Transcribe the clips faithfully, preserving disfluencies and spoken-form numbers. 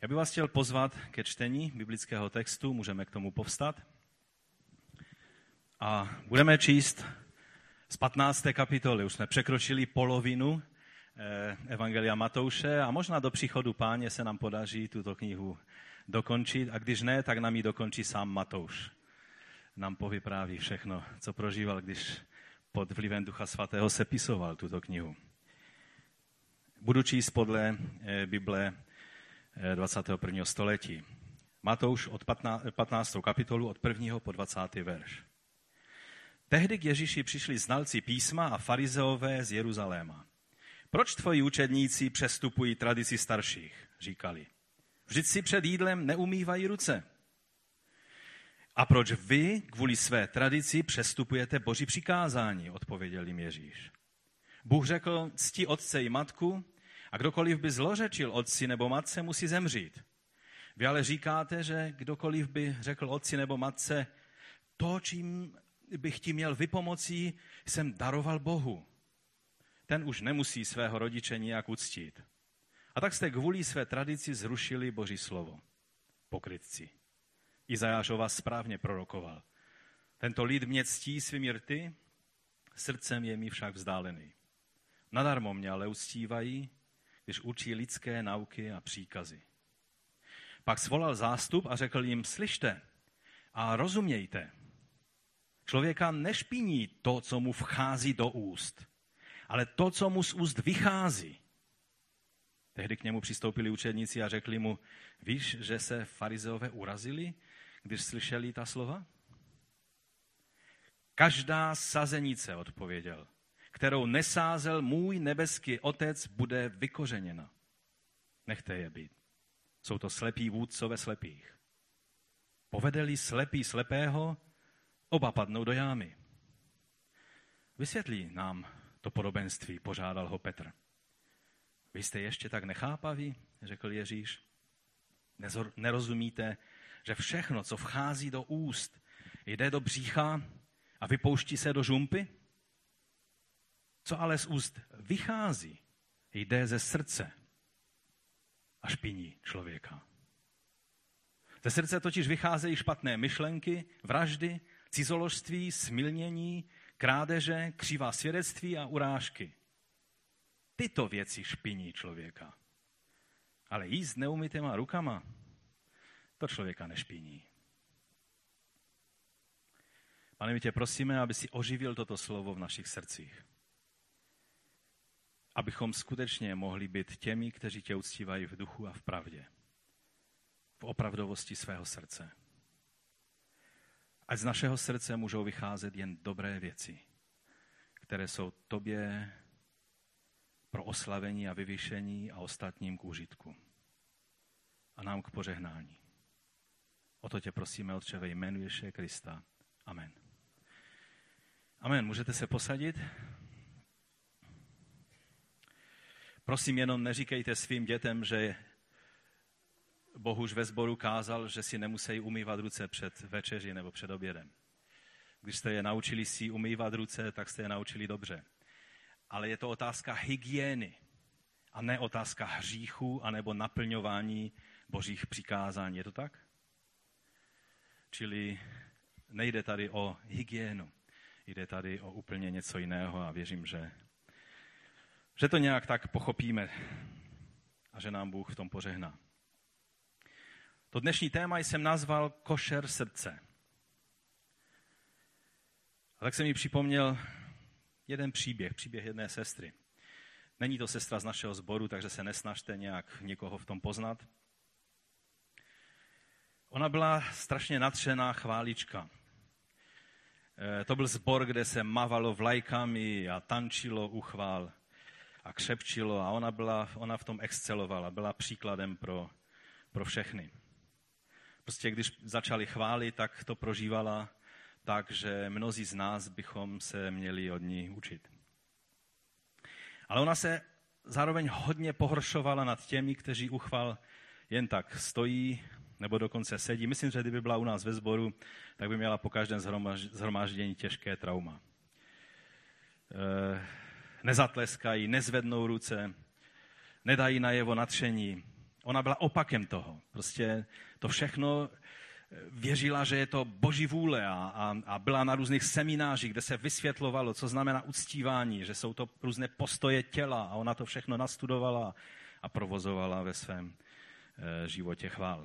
Já bych vás chtěl pozvat ke čtení biblického textu, můžeme k tomu povstat. A budeme číst z patnácté kapitoly. Už jsme překročili polovinu Evangelia Matouše a možná do příchodu Páně se nám podaří tuto knihu dokončit. A když ne, tak nám ji dokončí sám Matouš. Nám povypráví všechno, co prožíval, když pod vlivem Ducha Svatého sepisoval tuto knihu. Budu číst podle Bible dvacátého prvního století. Matouš od patnáctou kapitolu od prvního po dvacátý verš. Tehdy k Ježíši přišli znalci písma a farizeové z Jeruzaléma. Proč tvoji učedníci přestupují tradici starších? Říkali. Vždyť si před jídlem neumývají ruce. A proč vy kvůli své tradici přestupujete Boží přikázání? Odpověděl jim Ježíš. Bůh řekl, cti otce i matku, a kdokoliv by zlořečil otci nebo matce, musí zemřít. Vy ale říkáte, že kdokoliv by řekl otci nebo matce, to, čím bych ti měl vypomocí, jsem daroval Bohu. Ten už nemusí svého rodiče nijak uctít. A tak jste kvůli své tradici zrušili Boží slovo. Pokrytci. Izajáš o vás správně prorokoval. Tento lid mě ctí svými rty, srdcem je mi však vzdálený. Nadarmo mě ale uctívají, když učí lidské nauky a příkazy. Pak svolal zástup a řekl jim, slyšte a rozumějte. Člověka nešpiní to, co mu vchází do úst, ale to, co mu z úst vychází. Tehdy k němu přistoupili učedníci a řekli mu, víš, že se farizeové urazili, když slyšeli ta slova? Každá sazenice, odpověděl, kterou nesázel můj nebeský otec, bude vykořeněna. Nechte je být. Jsou to slepí vůdcové slepých. Povedeli slepý slepého, oba padnou do jámy. Vysvětlí nám to podobenství, požádal ho Petr. Vy jste ještě tak nechápaví, řekl Ježíš. Nezor, nerozumíte, že všechno, co vchází do úst, jde do břicha a vypouští se do žumpy? Co ale z úst vychází, jde ze srdce a špiní člověka. Ze srdce totiž vycházejí špatné myšlenky, vraždy, cizoložství, smilnění, krádeže, křivá svědectví a urážky. Tyto věci špiní člověka. Ale jíst neumytýma rukama, to člověka nešpiní. Pane, my tě prosíme, aby si oživil toto slovo v našich srdcích. Abychom skutečně mohli být těmi, kteří tě uctívají v duchu a v pravdě. V opravdovosti svého srdce. Ať z našeho srdce můžou vycházet jen dobré věci, které jsou tobě pro oslavení a vyvýšení a ostatním k užitku. A nám k požehnání. O to tě prosíme, Otče, ve jménu Ježíše Krista. Amen. Amen. Můžete se posadit? Prosím, jenom neříkejte svým dětem, že Boh už ve sboru kázal, že si nemusí umývat ruce před večeří nebo před obědem. Když jste je naučili si umývat ruce, tak jste je naučili dobře. Ale je to otázka hygieny a ne otázka hříchu anebo naplňování Božích přikázání. Je to tak? Čili nejde tady o hygienu, jde tady o úplně něco jiného a věřím, že, že to nějak tak pochopíme a že nám Bůh v tom požehná. To dnešní téma jsem nazval košer srdce. A tak se mi připomněl jeden příběh, příběh jedné sestry. Není to sestra z našeho sboru, takže se nesnažte nějak někoho v tom poznat. Ona byla strašně nadšená chválička. E, to byl sbor, kde se mávalo vlajkami a tančilo u chvál a křepčilo a ona, byla, ona v tom excelovala, byla příkladem pro, pro všechny. Prostě když začali chválit, tak to prožívala tak, že mnozí z nás bychom se měli od ní učit. Ale ona se zároveň hodně pohoršovala nad těmi, kteří u chval jen tak stojí nebo dokonce sedí. Myslím, že kdyby byla u nás ve sboru, tak by měla po každém shromáždění těžké trauma. E, nezatleskají, nezvednou ruce, nedají najevo nadšení, Ona byla opakem toho. Prostě to všechno věřila, že je to Boží vůle a, a, a byla na různých seminářích, kde se vysvětlovalo, co znamená uctívání, že jsou to různé postoje těla a ona to všechno nastudovala a provozovala ve svém e, životě chvál.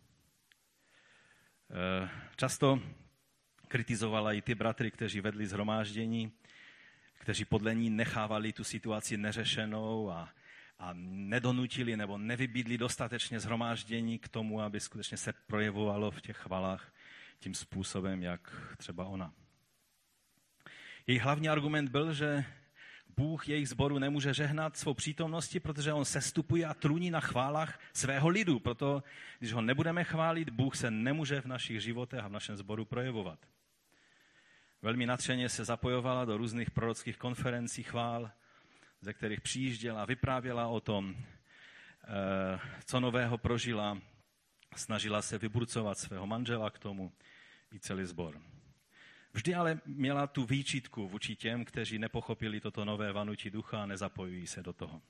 E, často kritizovala i ty bratry, kteří vedli shromáždění, kteří podle ní nechávali tu situaci neřešenou a, a nedonutili nebo nevybídli dostatečně shromáždění k tomu, aby skutečně se projevovalo v těch chvalách tím způsobem, jak třeba ona. Její hlavní argument byl, že Bůh jejich sboru nemůže žehnat svou přítomností, protože on sestupuje a trůní na chválách svého lidu. Proto, když ho nebudeme chválit, Bůh se nemůže v našich životech a v našem sboru projevovat. Velmi nadšeně se zapojovala do různých prorockých konferencí chvál, ze kterých přijížděla, vyprávěla o tom, co nového prožila, snažila se vyburcovat svého manžela k tomu i celý sbor. Vždy ale měla tu výčitku vůči těm, kteří nepochopili toto nové vanutí ducha a nezapojují se do toho.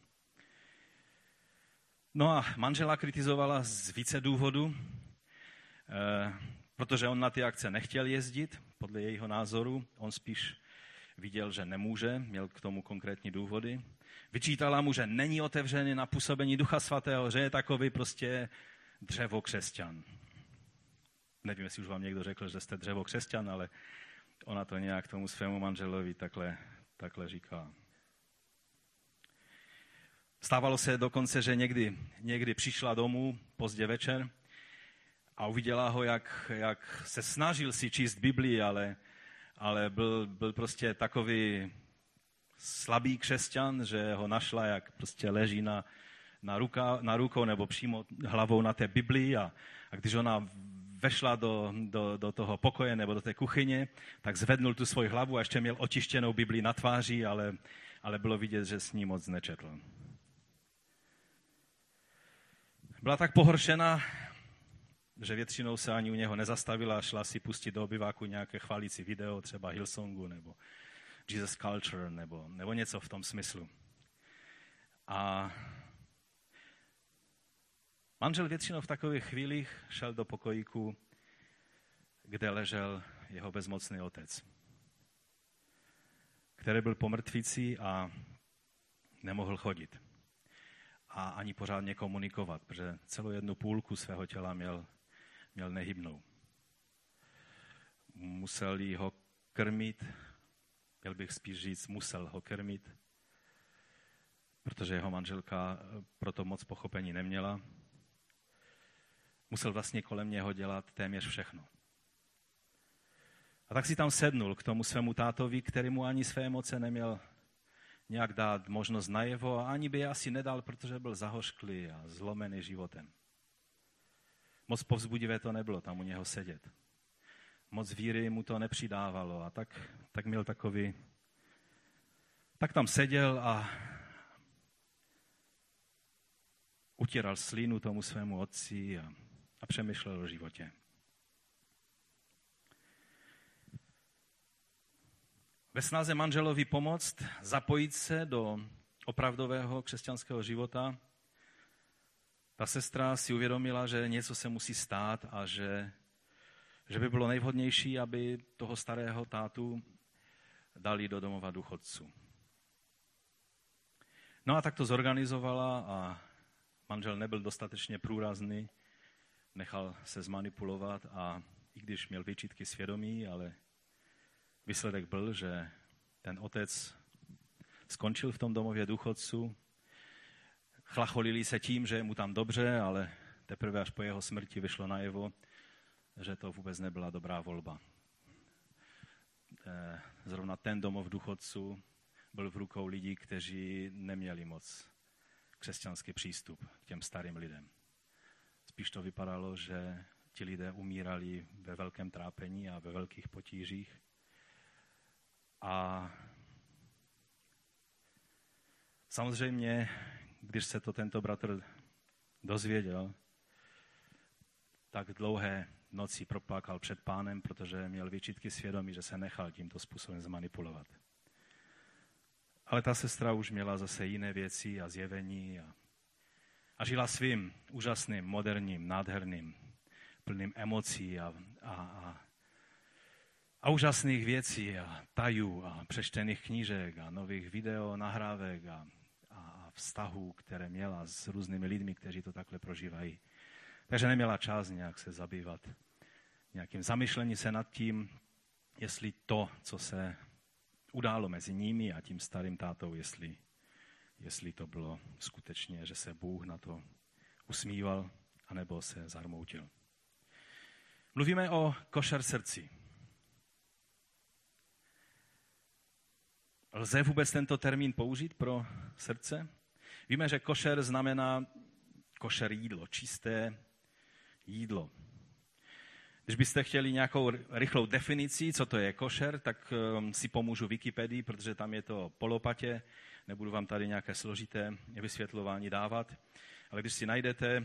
No a manžela kritizovala z více důvodů, protože on na ty akce nechtěl jezdit, podle jejího názoru. On spíš viděl, že nemůže, měl k tomu konkrétní důvody. Vyčítala mu, že není otevřený na působení Ducha Svatého, že je takový prostě dřevokřesťan. Nevím, jestli už vám někdo řekl, že jste dřevokřesťan, ale ona to nějak tomu svému manželovi takhle, takhle říká. Stávalo se dokonce, že někdy, někdy přišla domů pozdě večer a uviděla ho, jak, jak se snažil si číst Biblii, ale, ale byl, byl prostě takový slabý křesťan, že ho našla, jak prostě leží na, na, ruka, na rukou nebo přímo hlavou na té Biblii a, a když ona vešla do, do, do toho pokoje nebo do té kuchyně, tak zvednul tu svoji hlavu a ještě měl očištěnou Biblii na tváři, ale, ale bylo vidět, že s ní moc nečetl. Byla tak pohoršena, že většinou se ani u něho nezastavila a šla si pustit do obyváku nějaké chválící video, třeba Hillsongu nebo Jesus Culture nebo, nebo něco v tom smyslu. A manžel většinou v takových chvílích šel do pokojíku, kde ležel jeho bezmocný otec, který byl po mrtvici a nemohl chodit. A ani pořádně komunikovat, protože celou jednu půlku svého těla měl, měl nehybnou. Musel jí ho krmit, měl bych spíš říct, musel ho krmit, protože jeho manželka proto moc pochopení neměla. Musel vlastně kolem něho dělat téměř všechno. A tak si tam sednul k tomu svému tátovi, který mu ani své emoce neměl nějak dát možnost najevo a ani by je asi nedal, protože byl zahořklý a zlomený životem. Moc povzbudivé to nebylo tam u něho sedět. Moc víry mu to nepřidávalo a tak, tak měl takový... Tak tam seděl a utíral slínu tomu svému otci a, a přemýšlel o životě. Ve snaze manželovi pomoct, zapojit se do opravdového křesťanského života, ta sestra si uvědomila, že něco se musí stát a že, že by bylo nejvhodnější, aby toho starého tátu dali do domova důchodců. No a tak to zorganizovala a manžel nebyl dostatečně průrazný, nechal se zmanipulovat a i když měl výčitky svědomí, ale výsledek byl, že ten otec skončil v tom domově důchodců. Chlacholili se tím, že je mu tam dobře, ale teprve až po jeho smrti vyšlo najevo, že to vůbec nebyla dobrá volba. Zrovna ten domov důchodců byl v rukou lidí, kteří neměli moc křesťanský přístup k těm starým lidem. Spíš to vypadalo, že ti lidé umírali ve velkém trápení a ve velkých potížích. A samozřejmě, když se to tento bratr dozvěděl, tak dlouhé noci proplakal před Pánem, protože měl výčitky svědomí, že se nechal tímto způsobem zmanipulovat. Ale ta sestra už měla zase jiné věci a zjevení a, a žila svým úžasným, moderním, nádherným, plným emocí a, a, a, a úžasných věcí a tajů a přečtených knížek a nových video nahrávek a, a vztahů, které měla s různými lidmi, kteří to takhle prožívají. Takže neměla čas nějak se zabývat nějakým zamyšlení se nad tím, jestli to, co se událo mezi nimi a tím starým tátou, jestli, jestli to bylo skutečně, že se Bůh na to usmíval, anebo se zarmoutil. Mluvíme o košer srdci. Lze vůbec tento termín použít pro srdce? Víme, že košer znamená košer jídlo, čisté jídlo. Když byste chtěli nějakou rychlou definici, co to je košer, tak si pomůžu Wikipedii, protože tam je to polopatě. Nebudu vám tady nějaké složité vysvětlování dávat. Ale když si najdete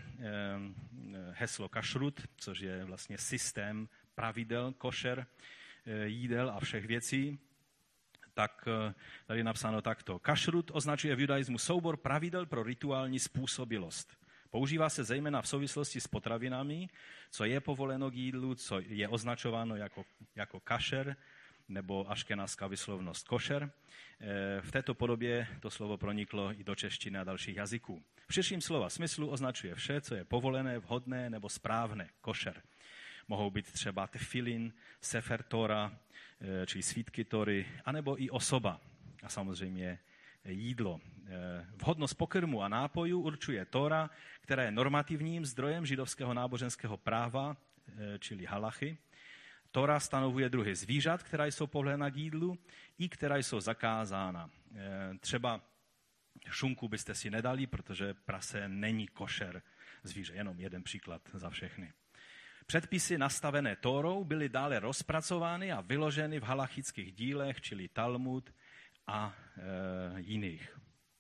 heslo kašrut, což je vlastně systém pravidel košer, jídel a všech věcí, tak tady je napsáno takto. Kašrut označuje v judaismu soubor pravidel pro rituální způsobilost. Používá se zejména v souvislosti s potravinami, co je povoleno k jídlu, co je označováno jako, jako kašer, nebo aškenaská vyslovnost košer. V této podobě to slovo proniklo i do češtiny a dalších jazyků. V širším slova smyslu označuje vše, co je povolené, vhodné nebo správné, košer. Mohou být třeba tefilin, sefer Tora, čili svítky Tory, anebo i osoba a samozřejmě jídlo. Vhodnost pokrmu a nápojů určuje Tóra, která je normativním zdrojem židovského náboženského práva, čili halachy. Tóra stanovuje druhy zvířat, která jsou povolena k jídlu i která jsou zakázána. Třeba šunku byste si nedali, protože prase není košer zvíře. Jenom jeden příklad za všechny. Předpisy nastavené Tórou byly dále rozpracovány a vyloženy v halachických dílech, čili Talmud a e, jiných.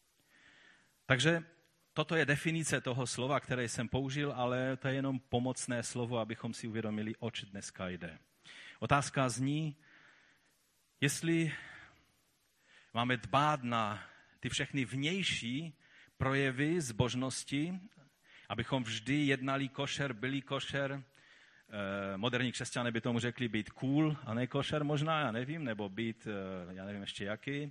Takže toto je definice toho slova, které jsem použil, ale to je jenom pomocné slovo, abychom si uvědomili, oč dneska jde. Otázka zní, jestli máme dbát na ty všechny vnější projevy zbožnosti, abychom vždy jednali košer, byli košer. Moderní křesťané by tomu řekli být cool a ne košer možná, já nevím, nebo být, já nevím ještě jaký.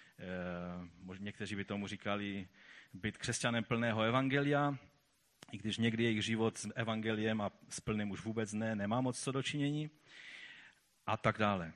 Někteří by tomu říkali být křesťanem plného evangelia, i když někdy jejich život s evangeliem a s plným už vůbec ne, nemá moc co dočinění a tak dále.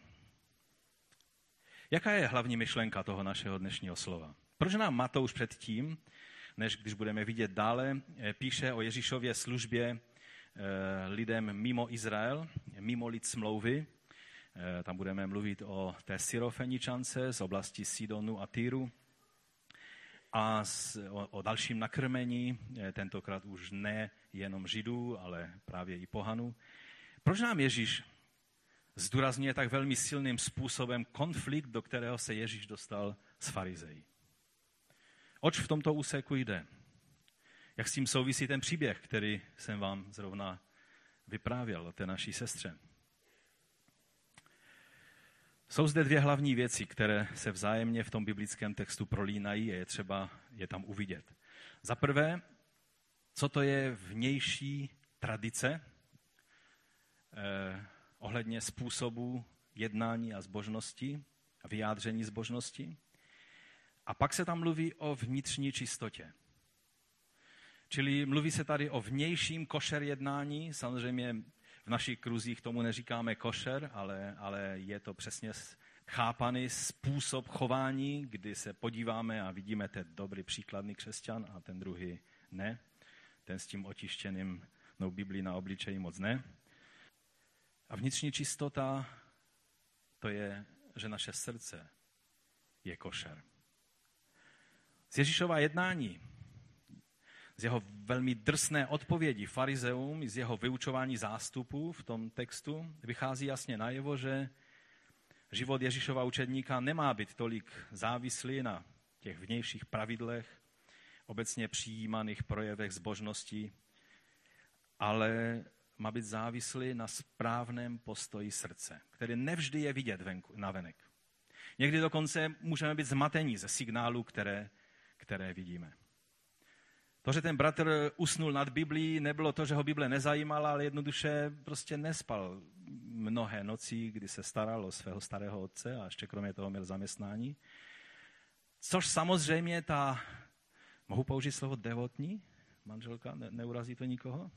Jaká je hlavní myšlenka toho našeho dnešního slova? Proč nám Matouš předtím, než když budeme vidět dále, píše o Ježíšově službě lidem mimo Izrael, mimo lid smlouvy. Tam budeme mluvit o té Syrofeničance z oblasti Sidonu a Týru a o, o dalším nakrmení, tentokrát už ne jenom Židů, ale právě i pohanů. Proč nám Ježíš zdůrazňuje tak velmi silným způsobem konflikt, do kterého se Ježíš dostal s farizeji? Oč v tomto úseku jde? Jak s tím souvisí ten příběh, který jsem vám zrovna vyprávěl o té naší sestře? Jsou zde dvě hlavní věci, které se vzájemně v tom biblickém textu prolínají a je třeba je tam uvidět. Za prvé, co to je vnější tradice eh, ohledně způsobu jednání a zbožnosti a vyjádření zbožnosti. A pak se tam mluví o vnitřní čistotě. Čili mluví se tady o vnějším košer jednání, samozřejmě v našich kruzích tomu neříkáme košer, ale, ale je to přesně chápaný způsob chování, kdy se podíváme a vidíme ten dobrý příkladný křesťan a ten druhý ne. Ten s tím otištěným no, Biblii na obličeji moc ne. A vnitřní čistota, to je, že naše srdce je košer. Z Ježíšova jednání, z jeho velmi drsné odpovědi farizeům, z jeho vyučování zástupů v tom textu vychází jasně najevo, že život Ježíšova učedníka nemá být tolik závislý na těch vnějších pravidlech, obecně přijímaných projevech zbožnosti, ale má být závislý na správném postoji srdce, který nevždy je vidět venku, navenek. Někdy dokonce můžeme být zmatení ze signálů, které, které vidíme. To, že ten bratr usnul nad Biblií, nebylo to, že ho Bible nezajímala, ale jednoduše prostě nespal mnohé noci, kdy se staral o svého starého otce a ještě kromě toho měl zaměstnání. Což samozřejmě ta, mohu použít slovo devotní manželka, ne, neurazí to nikoho?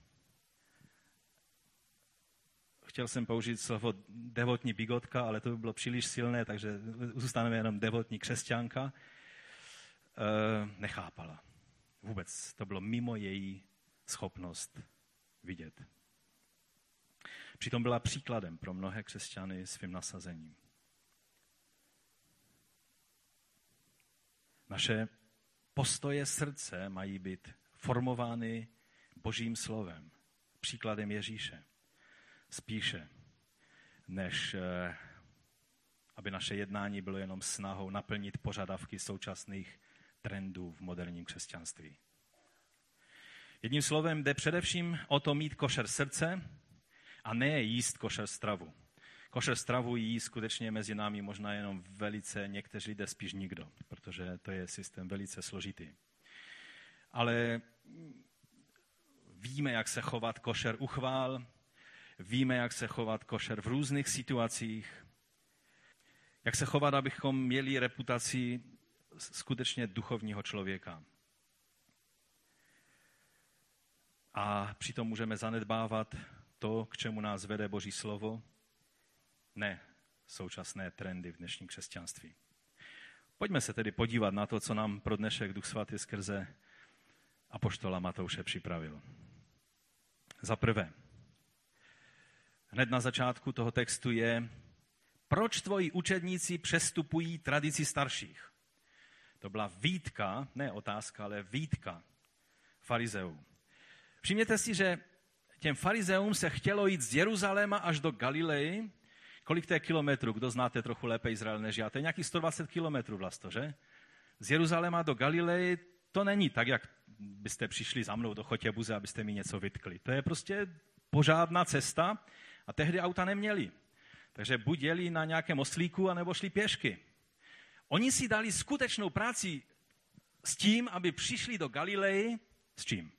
Chtěl jsem použít slovo devotní bigotka, ale to by bylo příliš silné, takže zůstaneme jenom devotní křesťanka. E, nechápala. Vůbec to bylo mimo její schopnost vidět. Přitom byla příkladem pro mnohé křesťany svým nasazením. Naše postoje srdce mají být formovány Božím slovem, příkladem Ježíše. Spíše, než aby naše jednání bylo jenom snahou naplnit požadavky současných trendů v moderním křesťanství. Jedním slovem jde především o to mít košer srdce a ne jíst košer stravu. Košer stravu jí skutečně mezi námi možná jenom velice někteří lidé, spíš nikdo, protože to je systém velice složitý. Ale víme, jak se chovat košer u chvál, víme, jak se chovat košer v různých situacích, jak se chovat, abychom měli reputaci skutečně duchovního člověka. A přitom můžeme zanedbávat to, k čemu nás vede Boží slovo, ne současné trendy v dnešním křesťanství. Pojďme se tedy podívat na to, co nám pro dnešek Duch Svatý skrze apoštola Matouše připravil. Za prvé, hned na začátku toho textu je, proč tvoji učedníci přestupují tradici starších? To byla výtka, ne otázka, ale výtka farizeů. Všimněte si, že těm farizeům se chtělo jít z Jeruzaléma až do Galileji. Kolik to je kilometrů? Kdo znáte trochu lépe Izrael než já? To je nějakých sto dvacet kilometrů vlastně, že? Z Jeruzaléma do Galileji to není tak, jak byste přišli za mnou do Chotěbuze, abyste mi něco vytkli. To je prostě pořádná cesta a tehdy auta neměli. Takže buď jeli na nějakém oslíku, anebo šli pěšky. Oni si dali skutečnou práci s tím, aby přišli do Galileji. S čím?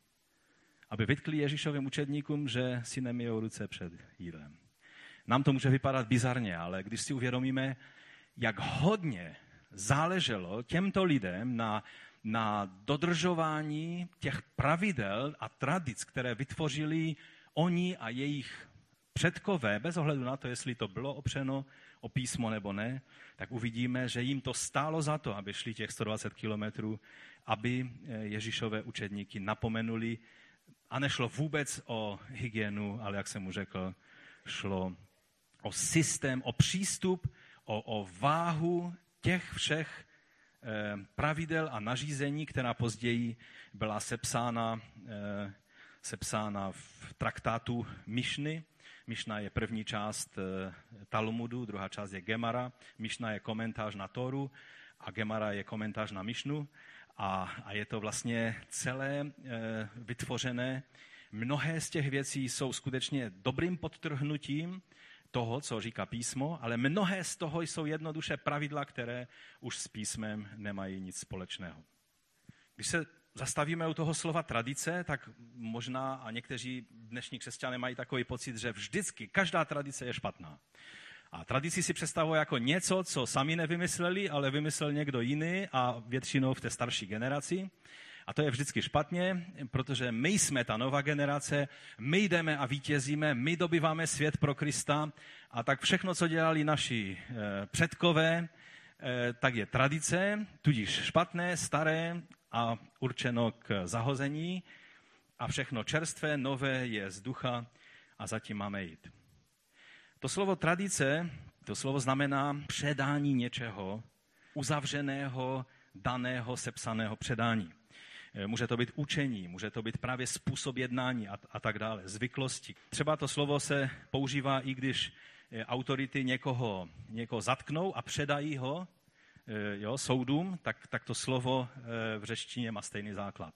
Aby vytkli Ježíšovým učedníkům, že si nemyjou ruce před jídlem. Nám to může vypadat bizarně, ale když si uvědomíme, jak hodně záleželo těmto lidem na, na dodržování těch pravidel a tradic, které vytvořili oni a jejich předkové, bez ohledu na to, jestli to bylo opřeno o písmo nebo ne, tak uvidíme, že jim to stálo za to, aby šli těch sto dvacet kilometrů, aby Ježíšové učedníky napomenuli. A nešlo vůbec o hygienu, ale jak jsem mu řekl, šlo o systém, o přístup, o, o váhu těch všech eh, pravidel a nařízení, která později byla sepsána, eh, sepsána v traktátu Mišny. Mišna je první část eh, Talmudu, druhá část je Gemara. Mišna je komentář na Tóru a Gemara je komentář na Mišnu. A, a je to vlastně celé e, vytvořené. Mnohé z těch věcí jsou skutečně dobrým podtrhnutím toho, co říká písmo, ale mnohé z toho jsou jednoduše pravidla, které už s písmem nemají nic společného. Když se zastavíme u toho slova tradice, tak možná a někteří dnešní křesťané mají takový pocit, že vždycky každá tradice je špatná. A tradici si představují jako něco, co sami nevymysleli, ale vymyslel někdo jiný a většinou v té starší generaci. A to je vždycky špatně, protože my jsme ta nová generace, my jdeme a vítězíme, my dobýváme svět pro Krista a tak všechno, co dělali naši předkové, tak je tradice, tudíž špatné, staré a určeno k zahození a všechno čerstvé, nové je z ducha a zatím máme jít. To slovo tradice, to slovo znamená předání něčeho, uzavřeného, daného, sepsaného předání. Může to být učení, může to být právě způsob jednání a, a tak dále, zvyklosti. Třeba to slovo se používá, i když autority někoho, někoho zatknou a předají ho jo, soudům, tak, tak to slovo v řečtině má stejný základ.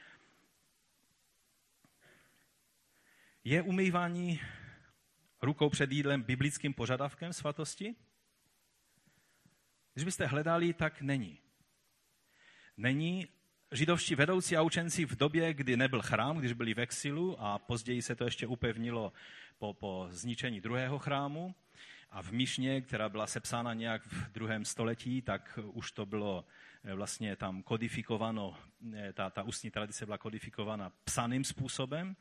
Je umývání rukou před jídlem biblickým požadavkem svatosti? Když byste hledali, tak není. Není židovští vedoucí a učenci v době, kdy nebyl chrám, když byli v exilu a později se to ještě upevnilo po, po zničení druhého chrámu a v Mišně, která byla sepsána nějak v druhém století, tak už to bylo vlastně tam kodifikováno, ta, ta ústní tradice byla kodifikována psaným způsobem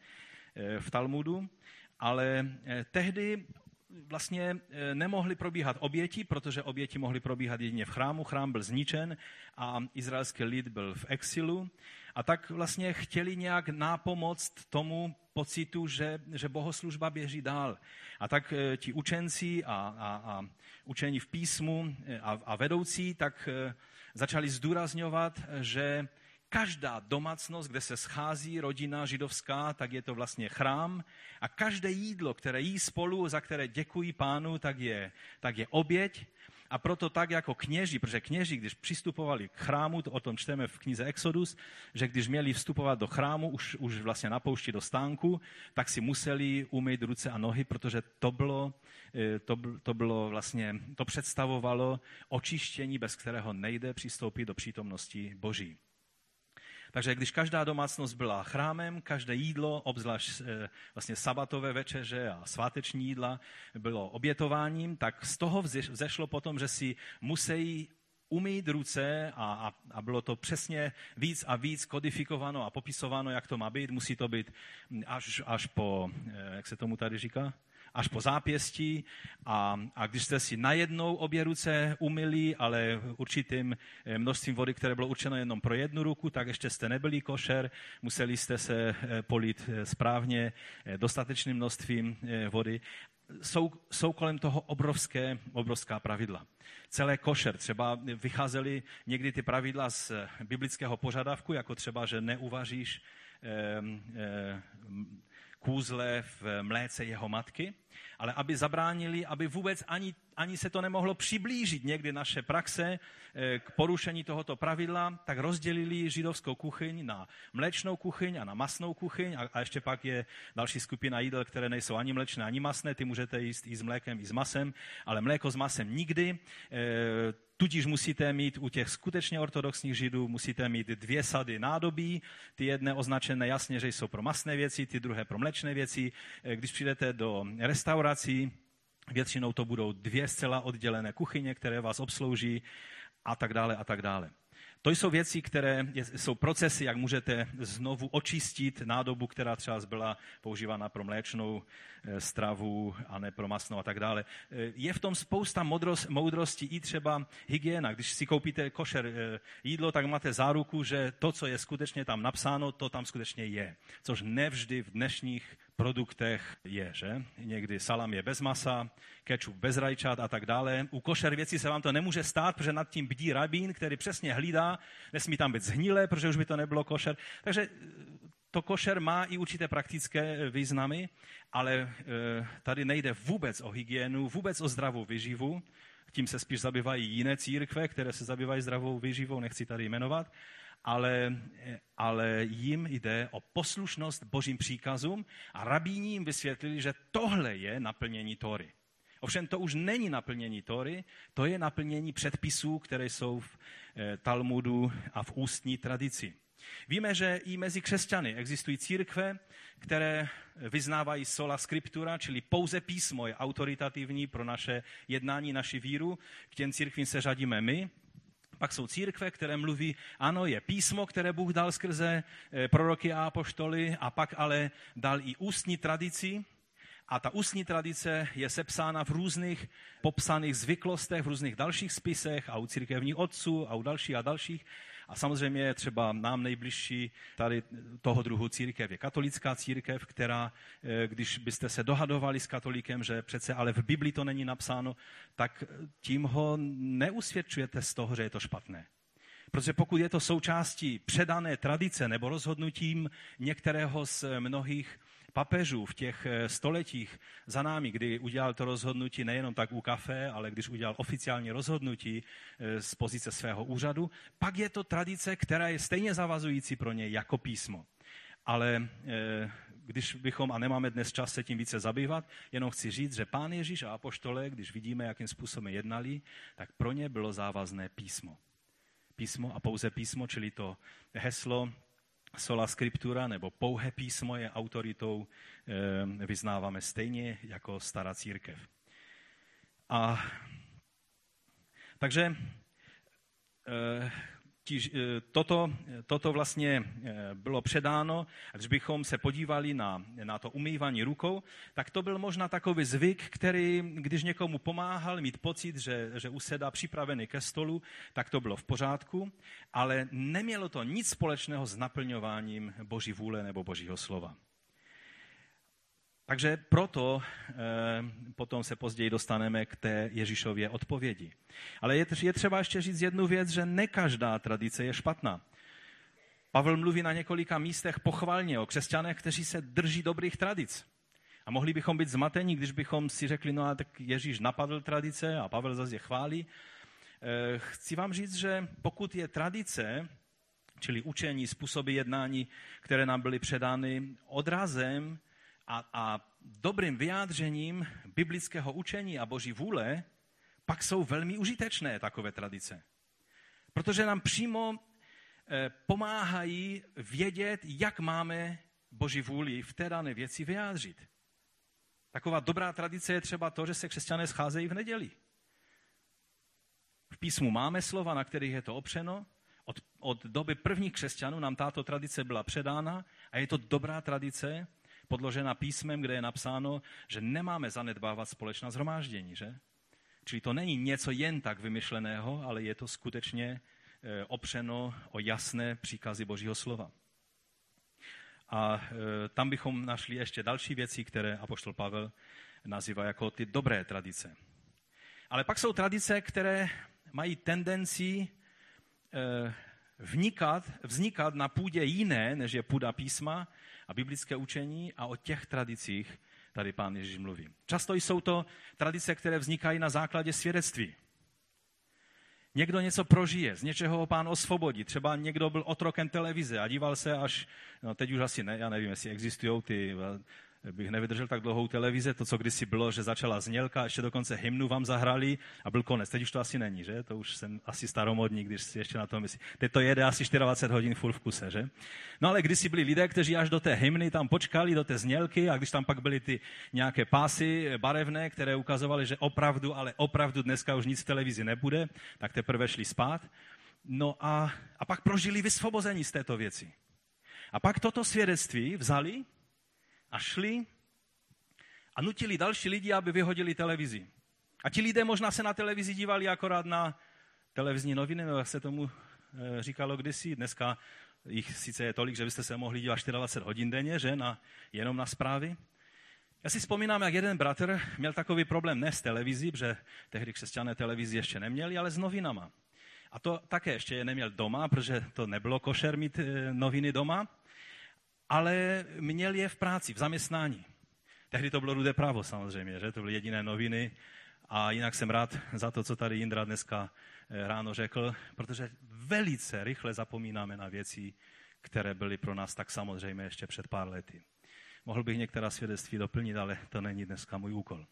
v Talmudu, ale tehdy vlastně nemohly probíhat oběti, protože oběti mohly probíhat jedině v chrámu. Chrám byl zničen a izraelský lid byl v exilu. A tak vlastně chtěli nějak nápomoct tomu pocitu, že, že bohoslužba běží dál. A tak ti učenci a, a, a učení v písmu a, a vedoucí tak začali zdůrazňovat, že každá domácnost, kde se schází rodina židovská, tak je to vlastně chrám a každé jídlo, které jí spolu, za které děkují Pánu, tak je, tak je oběť. A proto tak jako kněži, protože kněži, když přistupovali k chrámu, to o tom čteme v knize Exodus, že když měli vstupovat do chrámu, už, už vlastně na poušti do stánku, tak si museli umýt ruce a nohy, protože to bylo, to, to bylo vlastně, to představovalo očištění, bez kterého nejde přistoupit do přítomnosti Boží. Takže když každá domácnost byla chrámem, každé jídlo, obzvlášť vlastně sabatové večeře a sváteční jídla, bylo obětováním, tak z toho vzešlo potom, že si musí umýt ruce a, a, a bylo to přesně víc a víc kodifikováno a popisováno, jak to má být. Musí to být až, až po, jak se tomu tady říká? Až po zápěstí a, a když jste si najednou obě ruce umyli, ale určitým množstvím vody, které bylo určeno jenom pro jednu ruku, tak ještě jste nebyli košer, museli jste se polít správně dostatečným množstvím vody. Jsou, jsou kolem toho obrovské, obrovská pravidla. Celé košer, třeba vycházely někdy ty pravidla z biblického požadavku, jako třeba, že neuvaříš eh, eh, kůzle v mléce jeho matky, ale aby zabránili, aby vůbec ani, ani se to nemohlo přiblížit někdy naše praxe k porušení tohoto pravidla, tak rozdělili židovskou kuchyň na mléčnou kuchyň a na masnou kuchyň a, a ještě pak je další skupina jídel, které nejsou ani mléčné, ani masné, ty můžete jíst i s mlékem, i s masem, ale mléko s masem nikdy. E, Tudíž musíte mít u těch skutečně ortodoxních židů, musíte mít dvě sady nádobí, ty jedné označené jasně, že jsou pro masné věci, ty druhé pro mléčné věci. Když přijdete do restaurací, většinou to budou dvě zcela oddělené kuchyně, které vás obslouží a tak dále a tak dále. To jsou věci, které jsou procesy, jak můžete znovu očistit nádobu, která třeba byla používána pro mléčnou stravu a ne pro masnou a tak dále. Je v tom spousta modrost, moudrosti i třeba hygiena. Když si koupíte košer jídlo, tak máte záruku, že to, co je skutečně tam napsáno, to tam skutečně je. Což nevždy v dnešních produktech je, že? Někdy salám je bez masa, kečup bez rajčat a tak dále. U košer věcí se vám to nemůže stát, protože nad tím bdí rabín, který přesně hlídá, nesmí tam být zhnilé, protože už by to nebylo košer. Takže to košer má i určité praktické významy, ale tady nejde vůbec o hygienu, vůbec o zdravou výživu. Tím se spíš zabývají jiné církve, které se zabývají zdravou výživou, nechci tady jmenovat. Ale, ale jim jde o poslušnost Božím příkazům a rabíni jim vysvětlili, že tohle je naplnění Tóry. Ovšem to už není naplnění Tóry, to je naplnění předpisů, které jsou v Talmudu a v ústní tradici. Víme, že i mezi křesťany existují církve, které vyznávají sola scriptura, čili pouze písmo je autoritativní pro naše jednání, naši víru. K těm církvím se řadíme my. Pak jsou církve, které mluví, ano, je písmo, které Bůh dal skrze proroky a apoštoly, a pak ale dal i ústní tradici. A ta ústní tradice je sepsána v různých popsaných zvyklostech, v různých dalších spisech a u církevních otců a u dalších a dalších. A samozřejmě třeba nám nejbližší tady toho druhu církev je katolická církev, která, když byste se dohadovali s katolíkem, že přece ale v Biblii to není napsáno, tak tím ho neusvědčujete z toho, že je to špatné. Protože pokud je to součástí předané tradice nebo rozhodnutím některého z mnohých papežů v těch stoletích za námi, kdy udělal to rozhodnutí nejenom tak u kafe, ale když udělal oficiální rozhodnutí z pozice svého úřadu, pak je to tradice, která je stejně zavazující pro něj jako písmo. Ale když bychom, a nemáme dnes čas se tím více zabývat, jenom chci říct, že Pán Ježíš a apoštole, když vidíme, jakým způsobem jednali, tak pro ně bylo závazné písmo. písmo a pouze písmo, čili to heslo sola scriptura, nebo pouhé písmo je autoritou, vyznáváme stejně jako stará církev. A takže Tíž, toto, toto vlastně bylo předáno, a když bychom se podívali na, na to umývání rukou, tak to byl možná takový zvyk, který, když někomu pomáhal mít pocit, že, že usedá připravený ke stolu, tak to bylo v pořádku, ale nemělo to nic společného s naplňováním Boží vůle nebo Božího slova. Takže proto eh, potom se později dostaneme k té Ježíšově odpovědi. Ale je, je třeba ještě říct jednu věc, že ne každá tradice je špatná. Pavel mluví na několika místech pochvalně o křesťanech, kteří se drží dobrých tradic. A mohli bychom být zmateni, když bychom si řekli, no a tak Ježíš napadl tradice a Pavel zase je chválí. Eh, chci vám říct, že pokud je tradice, čili učení, způsoby jednání, které nám byly předány odrazem, A, a dobrým vyjádřením biblického učení a Boží vůle, pak jsou velmi užitečné takové tradice. Protože nám přímo eh, pomáhají vědět, jak máme Boží vůli v té dané věci vyjádřit. Taková dobrá tradice je třeba to, že se křesťané scházejí v neděli. V písmu máme slova, na kterých je to opřeno. Od, od doby prvních křesťanů nám tato tradice byla předána a je to dobrá tradice, podložena písmem, kde je napsáno, že nemáme zanedbávat společná shromáždění, že? Čili to není něco jen tak vymyšleného, ale je to skutečně opřeno o jasné příkazy Božího slova. A tam bychom našli ještě další věci, které apoštol Pavel nazývá jako ty dobré tradice. Ale pak jsou tradice, které mají tendenci vnikat, vznikat na půdě jiné, než je půda písma a biblické učení, a o těch tradicích tady pán Ježíš mluví. Často jsou to tradice, které vznikají na základě svědectví. Někdo něco prožije, z něčeho ho pán osvobodí. Třeba někdo byl otrokem televize a díval se až, no teď už asi ne, já nevím, jestli existují ty, bych nevydržel tak dlouhou televize, to, co kdysi bylo, že začala znělka, ještě dokonce hymnu vám zahrali a byl konec. Teď už to asi není, že? To už jsem asi staromodní, když si ještě na to myslí. Teď to jede asi dvacet čtyři hodin furt v kuse, že? No ale kdysi byli lidé, kteří až do té hymny tam počkali, do té znělky, a když tam pak byly ty nějaké pásy barevné, které ukazovaly, že opravdu, ale opravdu dneska už nic v televizi nebude, tak teprve šli spát. No a, a pak prožili vysvobození z této věci. A pak toto svědectví vzali a šli a nutili další lidi, aby vyhodili televizi. A ti lidé možná se na televizi dívali akorát na televizní noviny, jak se tomu říkalo kdysi. Dneska jich sice je tolik, že byste se mohli dívat dvacet čtyři hodin denně, že? Na, jenom na zprávy. Já si vzpomínám, jak jeden bratr měl takový problém ne s televizí, protože tehdy křesťané televizi ještě neměli, ale s novinama. A to také ještě je neměl doma, protože to nebylo košer mít noviny doma, ale měl je v práci, v zaměstnání. Tehdy to bylo Rudé právo samozřejmě, že? To byly jediné noviny a jinak jsem rád za to, co tady Jindra dneska ráno řekl, protože velice rychle zapomínáme na věci, které byly pro nás tak samozřejmé ještě před pár lety. Mohl bych některá svědectví doplnit, ale to není dneska můj úkol.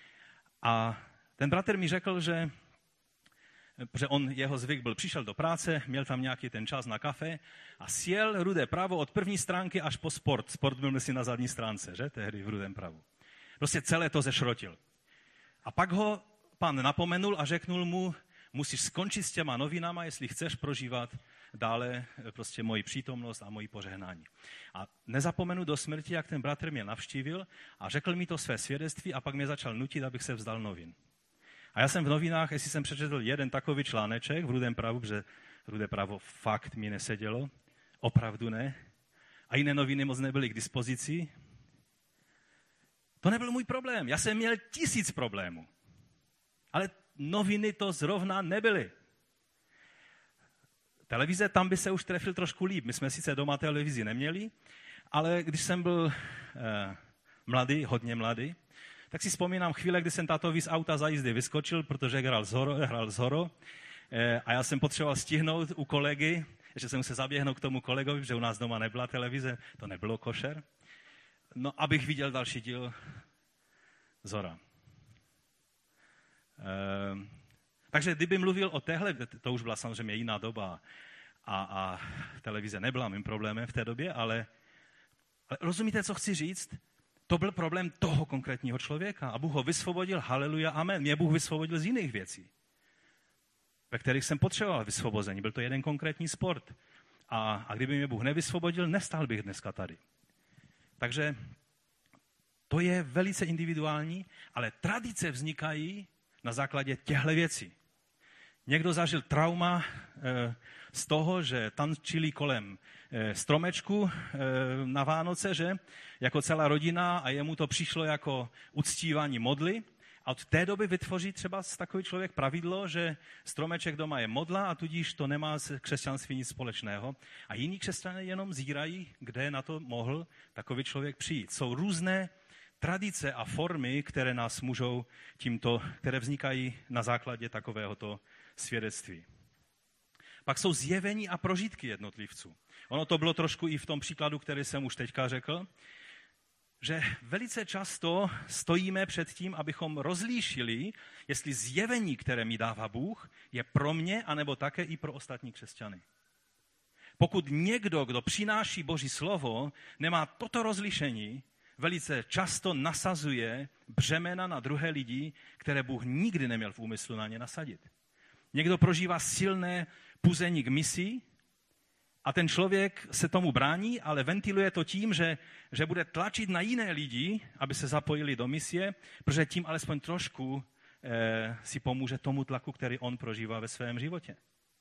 A ten bratr mi řekl, že protože on, jeho zvyk byl, přišel do práce, měl tam nějaký ten čas na kafe a sjel Rudé právo od první stránky až po sport. Sport byl myslím na zadní stránce, že, tehdy v Rudém pravu. Prostě celé to zešrotil. A pak ho pán napomenul a řeknul mu, musíš skončit s těma novinama, jestli chceš prožívat dále prostě moji přítomnost a moji požehnání. A nezapomenu do smrti, jak ten bratr mě navštívil a řekl mi to své svědectví a pak mě začal nutit, abych se vzdal novin. A já jsem v novinách, jestli jsem přečetl jeden takový článeček v Rudém pravu, protože Rudé právo fakt mi nesedělo, opravdu ne, a jiné noviny moc nebyly k dispozici. To nebyl můj problém, já jsem měl tisíc problémů, ale noviny to zrovna nebyly. Televize, tam by se už trefil trošku líp, my jsme sice doma televizi neměli, ale když jsem byl eh, mladý, hodně mladý, tak si vzpomínám chvíle, kdy jsem tátovi z auta za jízdy vyskočil, protože hrál Zorro, hrál Zorro e, a já jsem potřeboval stihnout u kolegy, že jsem se zaběhnout k tomu kolegovi, protože u nás doma nebyla televize, to nebylo košer, no abych viděl další díl Zorra. E, Takže kdyby mluvil o téhle, to už byla samozřejmě jiná doba a, a televize nebyla mým problémem v té době, ale, ale rozumíte, co chci říct? To byl problém toho konkrétního člověka a Bůh ho vysvobodil, haleluja, amen. Mě Bůh vysvobodil z jiných věcí, ve kterých jsem potřeboval vysvobození. Byl to jeden konkrétní sport. A, a kdyby mě Bůh nevysvobodil, nestál bych dneska tady. Takže to je velice individuální, ale tradice vznikají na základě těchto věcí. Někdo zažil trauma e, z toho, že tančili kolem e, stromečku e, na Vánoce, že? Jako celá rodina a jemu to přišlo jako uctívání modly. A od té doby vytvoří třeba takový člověk pravidlo, že stromeček doma je modla a tudíž to nemá s křesťanství nic společného. A jiní křesťané jenom zírají, kde na to mohl takový člověk přijít. Jsou různé tradice a formy, které nás můžou tímto, které vznikají na základě takovéhoto svědectví. Pak jsou zjevení a prožitky jednotlivců. Ono to bylo trošku i v tom příkladu, který jsem už teďka řekl, že velice často stojíme před tím, abychom rozlíšili, jestli zjevení, které mi dává Bůh, je pro mě, anebo také i pro ostatní křesťany. Pokud někdo, kdo přináší Boží slovo, nemá toto rozlišení, velice často nasazuje břemena na druhé lidi, které Bůh nikdy neměl v úmyslu na ně nasadit. Někdo prožívá silné puzení k misi a ten člověk se tomu brání, ale ventiluje to tím, že, že bude tlačit na jiné lidi, aby se zapojili do misie, protože tím alespoň trošku eh, si pomůže tomu tlaku, který on prožívá ve svém životě.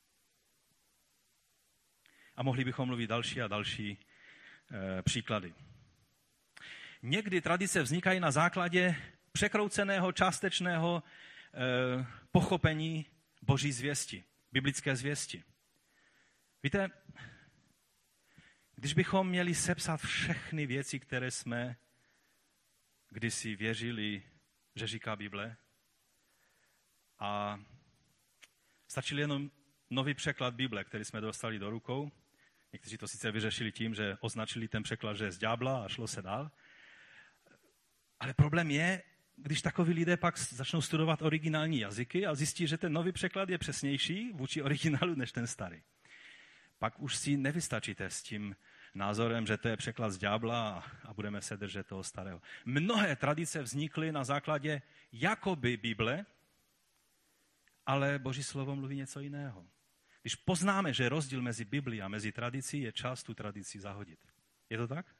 A mohli bychom mluvit další a další eh, příklady. Někdy tradice vznikají na základě překrouceného, částečného eh, pochopení Boží zvěsti, biblické zvěsti. Víte, když bychom měli sepsat všechny věci, které jsme kdysi věřili, že říká Bible, a stačil jenom nový překlad Bible, který jsme dostali do rukou. Někteří to sice vyřešili tím, že označili ten překlad, že je z ďábla a šlo se dál. Ale problém je, když takoví lidé pak začnou studovat originální jazyky a zjistí, že ten nový překlad je přesnější vůči originálu než ten starý. Pak už si nevystačíte s tím názorem, že to je překlad z ďábla a budeme se držet toho starého. Mnohé tradice vznikly na základě jakoby Bible, ale Boží slovo mluví něco jiného. Když poznáme, že rozdíl mezi Biblí a mezi tradicí, je čas tu tradici zahodit. Je to tak?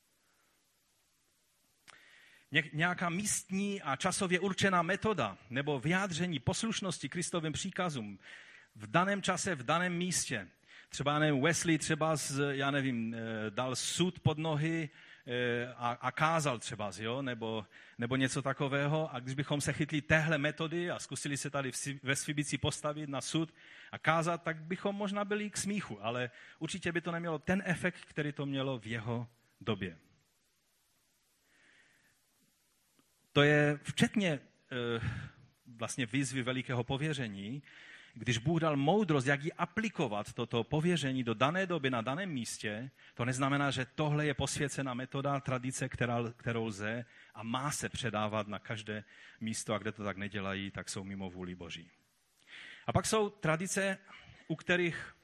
Nějaká místní a časově určená metoda nebo vyjádření poslušnosti Kristovým příkazům v daném čase, v daném místě. Třeba nevím, Wesley třeba, z, já nevím, dal sud pod nohy a, a kázal třeba, jo? Nebo, nebo něco takového. A když bychom se chytli téhle metody a zkusili se tady ve Svibici postavit na sud a kázat, tak bychom možná byli k smíchu, ale určitě by to nemělo ten efekt, který to mělo v jeho době. To je včetně e, vlastně výzvy velikého pověření, když Bůh dal moudrost, jak ji aplikovat, toto pověření do dané doby na daném místě, to neznamená, že tohle je posvěcená metoda, tradice, která, kterou lze a má se předávat na každé místo, a kde to tak nedělají, tak jsou mimo vůli Boží. A pak jsou tradice, u kterých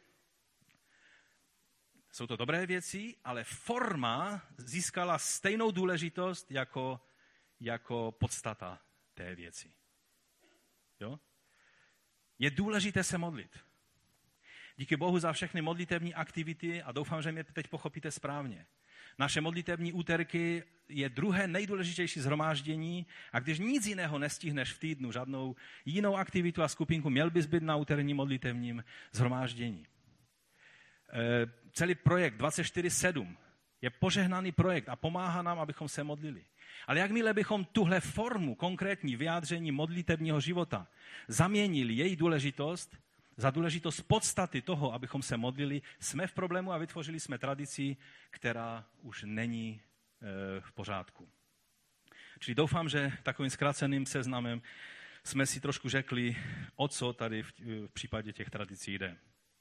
jsou to dobré věci, ale forma získala stejnou důležitost jako jako podstata té věci. Jo? Je důležité se modlit. Díky Bohu za všechny modlitevní aktivity a doufám, že mě teď pochopíte správně. Naše modlitevní úterky je druhé nejdůležitější shromáždění a když nic jiného nestihneš v týdnu, žádnou jinou aktivitu a skupinku, měl bys být na úterním modlitevním shromáždění. E, celý projekt dvacet čtyři sedm je požehnaný projekt a pomáhá nám, abychom se modlili. Ale jakmile bychom tuhle formu, konkrétní vyjádření modlitevního života zaměnili její důležitost za důležitost podstaty toho, abychom se modlili, jsme v problému a vytvořili jsme tradici, která už není e, v pořádku. Čili doufám, že takovým zkráceným seznamem jsme si trošku řekli, o co tady v, v případě těch tradicí jde.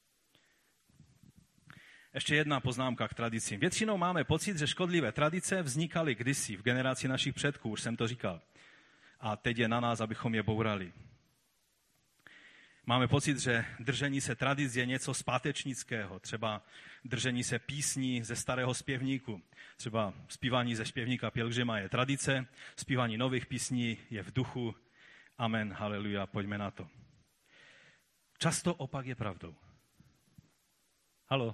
Ještě jedna poznámka k tradicím. Většinou máme pocit, že škodlivé tradice vznikaly kdysi v generaci našich předků, už jsem to říkal. A teď je na nás, abychom je bourali. Máme pocit, že držení se tradic je něco zpátečnického, třeba držení se písní ze starého zpěvníku. Třeba zpívání ze zpěvníka Pilgřima je tradice, zpívání nových písní je v duchu. Amen, haleluja, pojďme na to. Často opak je pravdou. Halo?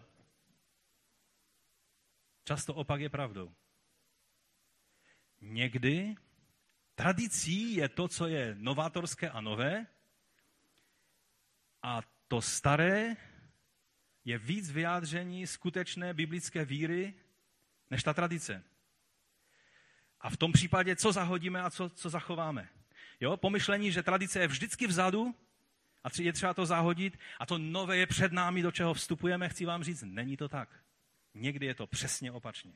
Často opak je pravdou. Někdy tradicí je to, co je novátorské a nové, a to staré je víc vyjádření skutečné biblické víry než ta tradice. A v tom případě, co zahodíme a co, co zachováme. Jo? Pomyšlení, že tradice je vždycky vzadu a je třeba to zahodit a to nové je před námi, do čeho vstupujeme, chci vám říct, není to tak. Někdy je to přesně opačně.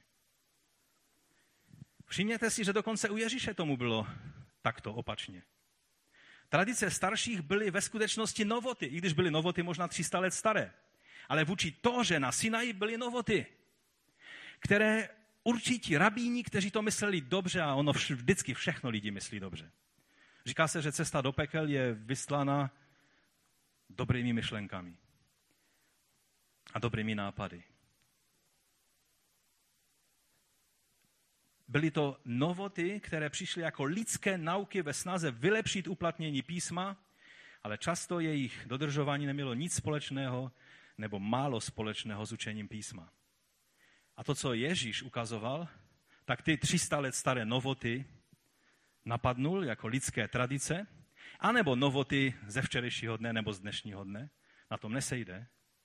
Všimněte si, že dokonce u Ježíše tomu bylo takto opačně. Tradice starších byly ve skutečnosti novoty, i když byly novoty možná tři sta let staré. Ale vůči Tóře na Sinaji byly novoty, které určití rabíni, kteří to mysleli dobře, a ono vždycky všechno lidi myslí dobře. Říká se, že cesta do pekel je vyslána dobrými myšlenkami a dobrými nápady. Byly to novoty, které přišly jako lidské nauky ve snaze vylepšit uplatnění písma, ale často jejich dodržování nemělo nic společného nebo málo společného s učením písma. A to, co Ježíš ukazoval, tak ty tři sta let staré novoty napadnul jako lidské tradice, anebo novoty ze včerejšího dne nebo z dnešního dne, na tom nesejde.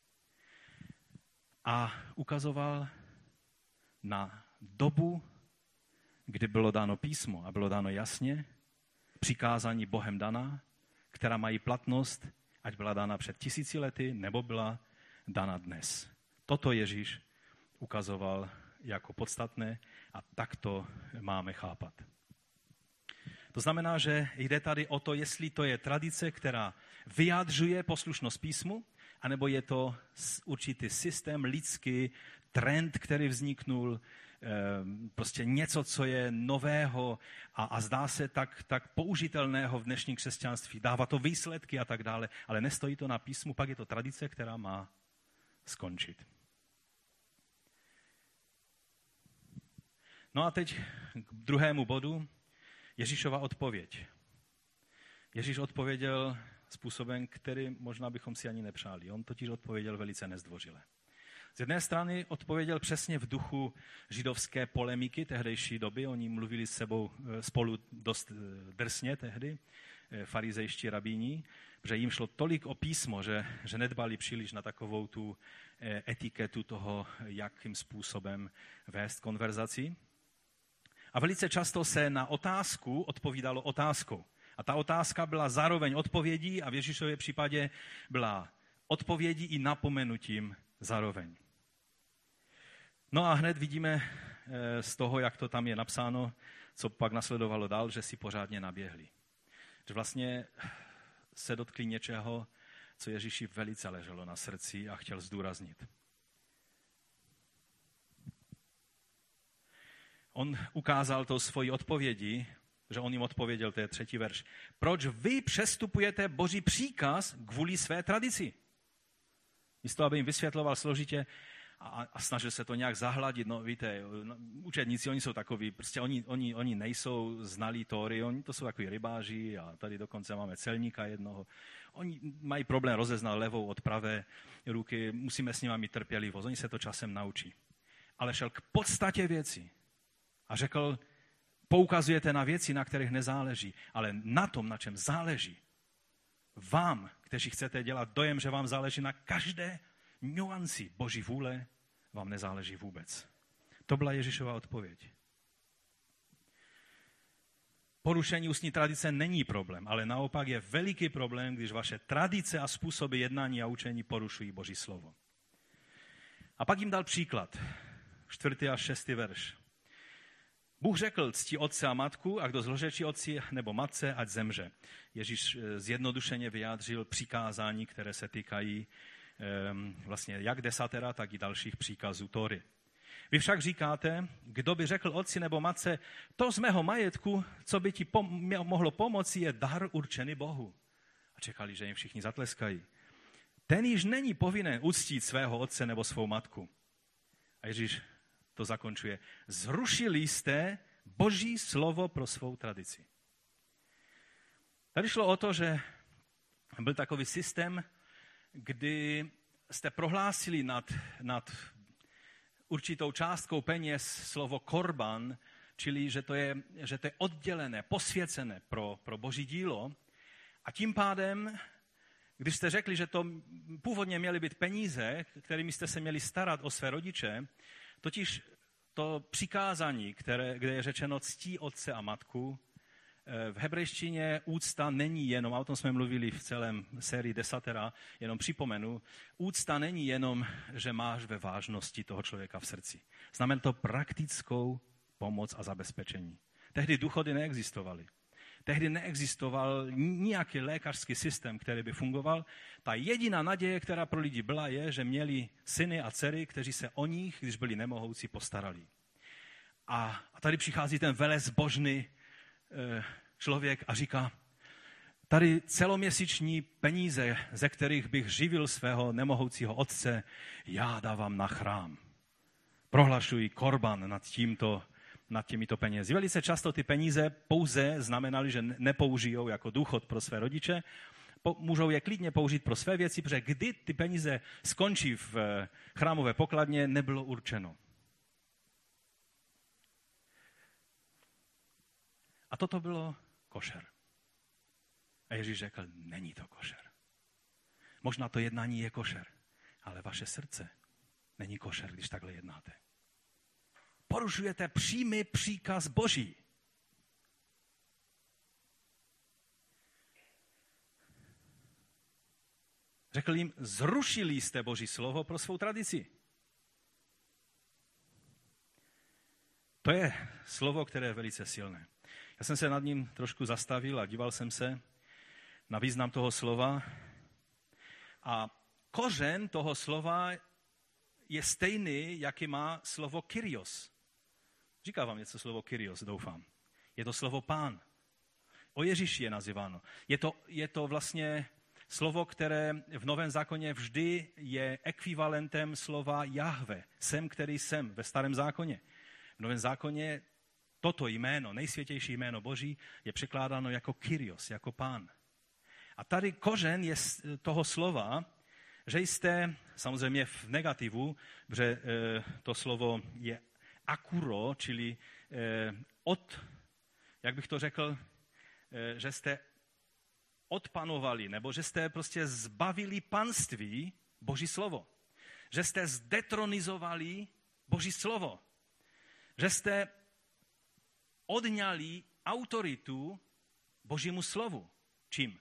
A ukazoval na dobu, kdy bylo dáno písmo a bylo dáno jasně, přikázání Bohem daná, která mají platnost, ať byla dána před tisíci lety, nebo byla dána dnes. Toto Ježíš ukazoval jako podstatné a tak to máme chápat. To znamená, že jde tady o to, jestli to je tradice, která vyjadřuje poslušnost písmu, anebo je to určitý systém lidský, trend, který vzniknul, prostě něco, co je nového a, a zdá se tak, tak použitelného v dnešním křesťanství. Dává to výsledky a tak dále, ale nestojí to na písmu, pak je to tradice, která má skončit. No a teď k druhému bodu, Ježíšova odpověď. Ježíš odpověděl způsobem, který možná bychom si ani nepřáli. On totiž odpověděl velice nezdvořile. Z jedné strany odpověděl přesně v duchu židovské polemiky tehdejší doby. Oni mluvili s sebou spolu dost drsně tehdy, farizejští rabíni, protože jim šlo tolik o písmo, že, že nedbali příliš na takovou tu etiketu toho, jakým způsobem vést konverzaci. A velice často se na otázku odpovídalo otázkou. A ta otázka byla zároveň odpovědí a v Ježíšově případě byla odpovědí i napomenutím zároveň. No a hned vidíme z toho, jak to tam je napsáno, co pak nasledovalo dál, že si pořádně naběhli. Že vlastně se dotkli něčeho, co Ježíši velice leželo na srdci a chtěl zdůraznit. On ukázal to svoji odpovědi, že on jim odpověděl, to je třetí verš. Proč vy přestupujete Boží příkaz kvůli své tradici? Místo, aby jim vysvětloval složitě a, a snažil se to nějak zahladit. No víte, učedníci, oni jsou takoví, prostě oni, oni, oni nejsou znalí Tóry, oni to jsou takový rybáři a tady dokonce máme celníka jednoho. Oni mají problém rozeznat levou od pravé ruky, musíme s nimi mít trpělivost, oni se to časem naučí. Ale šel k podstatě věci a řekl, poukazujete na věci, na kterých nezáleží, ale na tom, na čem záleží. Vám, kteří chcete dělat dojem, že vám záleží na každé nuanci Boží vůle, vám nezáleží vůbec. To byla Ježíšova odpověď. Porušení ústní tradice není problém, ale naopak je veliký problém, když vaše tradice a způsoby jednání a učení porušují Boží slovo. A pak jim dal příklad. Čtvrtý a šestý verš. Bůh řekl, cti otce a matku, a kdo zložečí otci nebo matce, ať zemře. Ježíš zjednodušeně vyjádřil přikázání, které se týkají um, vlastně jak desatera, tak i dalších příkazů Tóry. Vy však říkáte, kdo by řekl otci nebo matce, to z mého majetku, co by ti pom- mohlo pomoci, je dar určený Bohu. A čekali, že jim všichni zatleskají. Ten již není povinen uctít svého otce nebo svou matku. A Ježíš to zakončuje. Zrušili jste Boží slovo pro svou tradici. Tady šlo o to, že byl takový systém, kdy jste prohlásili nad, nad určitou částkou peněz slovo korban, čili že to je, že to je oddělené, posvěcené pro, pro Boží dílo. A tím pádem, když jste řekli, že to původně měly být peníze, kterými jste se měli starat o své rodiče, totiž to přikázání, které, kde je řečeno ctí otce a matku, v hebrejštině úcta není jenom, a o tom jsme mluvili v celém sérii Desatera, jenom připomenu, úcta není jenom, že máš ve vážnosti toho člověka v srdci. Znamená to praktickou pomoc a zabezpečení. Tehdy důchody neexistovaly. Tehdy neexistoval nějaký lékařský systém, který by fungoval. Ta jediná naděje, která pro lidi byla, je, že měli syny a dcery, kteří se o nich, když byli nemohoucí, postarali. A, a tady přichází ten velezbožný e, člověk a říká, tady celoměsíční peníze, ze kterých bych živil svého nemohoucího otce, já dávám na chrám. Prohlašuji korban nad tímto nad těmito penězi. Velice často ty peníze pouze znamenaly, že nepoužijou jako důchod pro své rodiče, po, můžou je klidně použít pro své věci, protože kdy ty peníze skončí v chrámové pokladně, nebylo určeno. A toto bylo košer. A Ježíš řekl, není to košer. Možná to jednání je košer, ale vaše srdce není košer, když takhle jednáte. Porušujete přímý příkaz Boží. Řekl jim, zrušili jste Boží slovo pro svou tradici. To je slovo, které je velice silné. Já jsem se nad ním trošku zastavil a díval jsem se na význam toho slova. A kořen toho slova je stejný, jaký má slovo kyrios. Říká vám něco slovo kyrios, doufám. Je to slovo pán. O Ježíši je nazýváno. Je to, je to vlastně slovo, které v Novém zákoně vždy je ekvivalentem slova Jahve. Jsem, který jsem ve Starém zákoně. V Novém zákoně toto jméno, nejsvětější jméno Boží, je překládáno jako kyrios, jako pán. A tady kořen je toho slova, že jste, samozřejmě v negativu, protože to slovo je akuro, čili od, jak bych to řekl, že jste odpanovali, nebo že jste prostě zbavili panství Boží slovo. Že jste zdetronizovali Boží slovo. Že jste odňali autoritu Božímu slovu. Čím?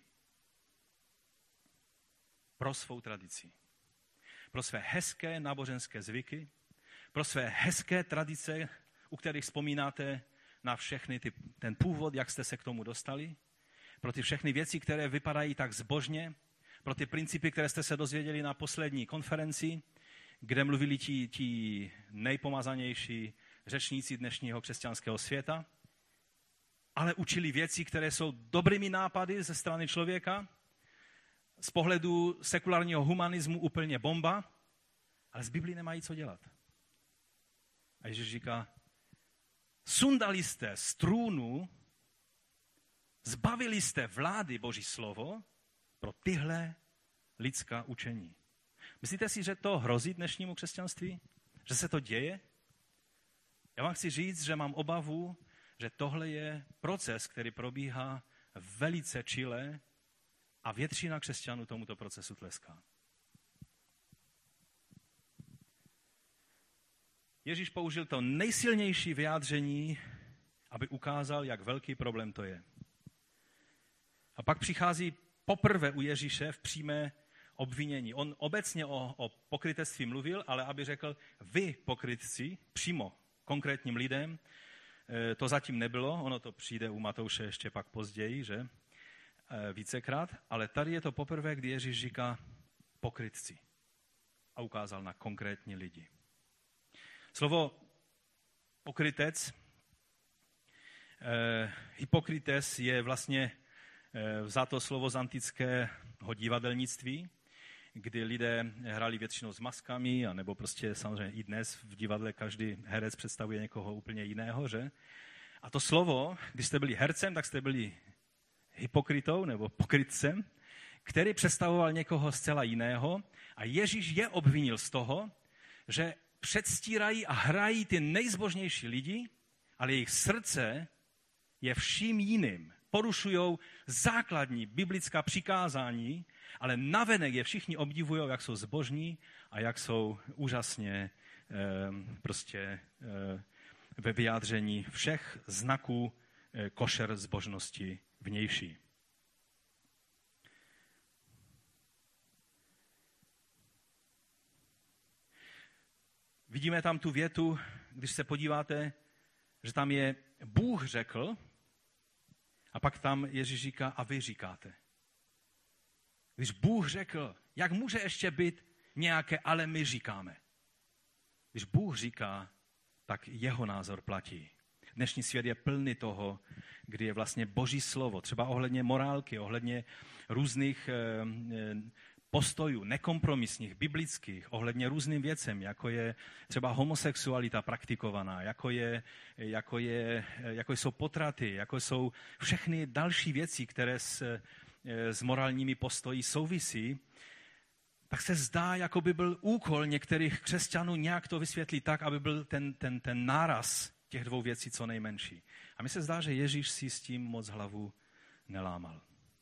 Pro svou tradici. Pro své hezké náboženské zvyky, pro své hezké tradice, u kterých vzpomínáte na všechny ty, ten původ, jak jste se k tomu dostali, pro ty všechny věci, které vypadají tak zbožně, pro ty principy, které jste se dozvěděli na poslední konferenci, kde mluvili ti, ti nejpomazanější řečníci dnešního křesťanského světa, ale učili věci, které jsou dobrými nápady ze strany člověka, z pohledu sekulárního humanismu úplně bomba, ale z Biblii nemají co dělat. A Ježíš říká, sundali jste z trůnu, zbavili jste vlády Boží slovo pro tyhle lidská učení. Myslíte si, že to hrozí dnešnímu křesťanství? Že se to děje? Já vám chci říct, že mám obavu, že tohle je proces, který probíhá velice čile a většina křesťanů tomuto procesu tleská. Ježíš použil to nejsilnější vyjádření, aby ukázal, jak velký problém to je. A pak přichází poprvé u Ježíše v přímé obvinění. On obecně o, o pokrytectví mluvil, ale aby řekl, vy pokrytci, přímo konkrétním lidem, to zatím nebylo, ono to přijde u Matouše ještě pak později, že? Vícekrát, ale tady je to poprvé, kdy Ježíš říká pokrytci a ukázal na konkrétní lidi. Slovo pokrytec, eh, hypokrites je vlastně vzato slovo z antického divadelnictví, kdy lidé hráli většinou s maskami, anebo prostě samozřejmě i dnes v divadle každý herec představuje někoho úplně jiného, že? A to slovo, když jste byli hercem, tak jste byli hypokritou nebo pokrytcem, který představoval někoho zcela jiného a Ježíš je obvinil z toho, že předstírají a hrají ty nejzbožnější lidi, ale jejich srdce je vším jiným. Porušují základní biblická přikázání, ale navenek je všichni obdivují, jak jsou zbožní a jak jsou úžasně eh, prostě eh, ve vyjádření všech znaků eh, košer zbožnosti vnější. Vidíme tam tu větu, když se podíváte, že tam je Bůh řekl, a pak tam Ježíš říká, a vy říkáte. Když Bůh řekl, jak může ještě být nějaké, ale my říkáme. Když Bůh říká, tak jeho názor platí. Dnešní svět je plný toho, kdy je vlastně Boží slovo, třeba ohledně morálky, ohledně různých postojů, nekompromisních, biblických, ohledně různým věcem, jako je třeba homosexualita praktikovaná, jako, je, jako, je, jako jsou potraty, jako jsou všechny další věci, které s, s morálními postoji souvisí, tak se zdá, jako by byl úkol některých křesťanů nějak to vysvětlit tak, aby byl ten, ten, ten náraz těch dvou věcí co nejmenší. A mi se zdá, že Ježíš si s tím moc hlavu nelámal.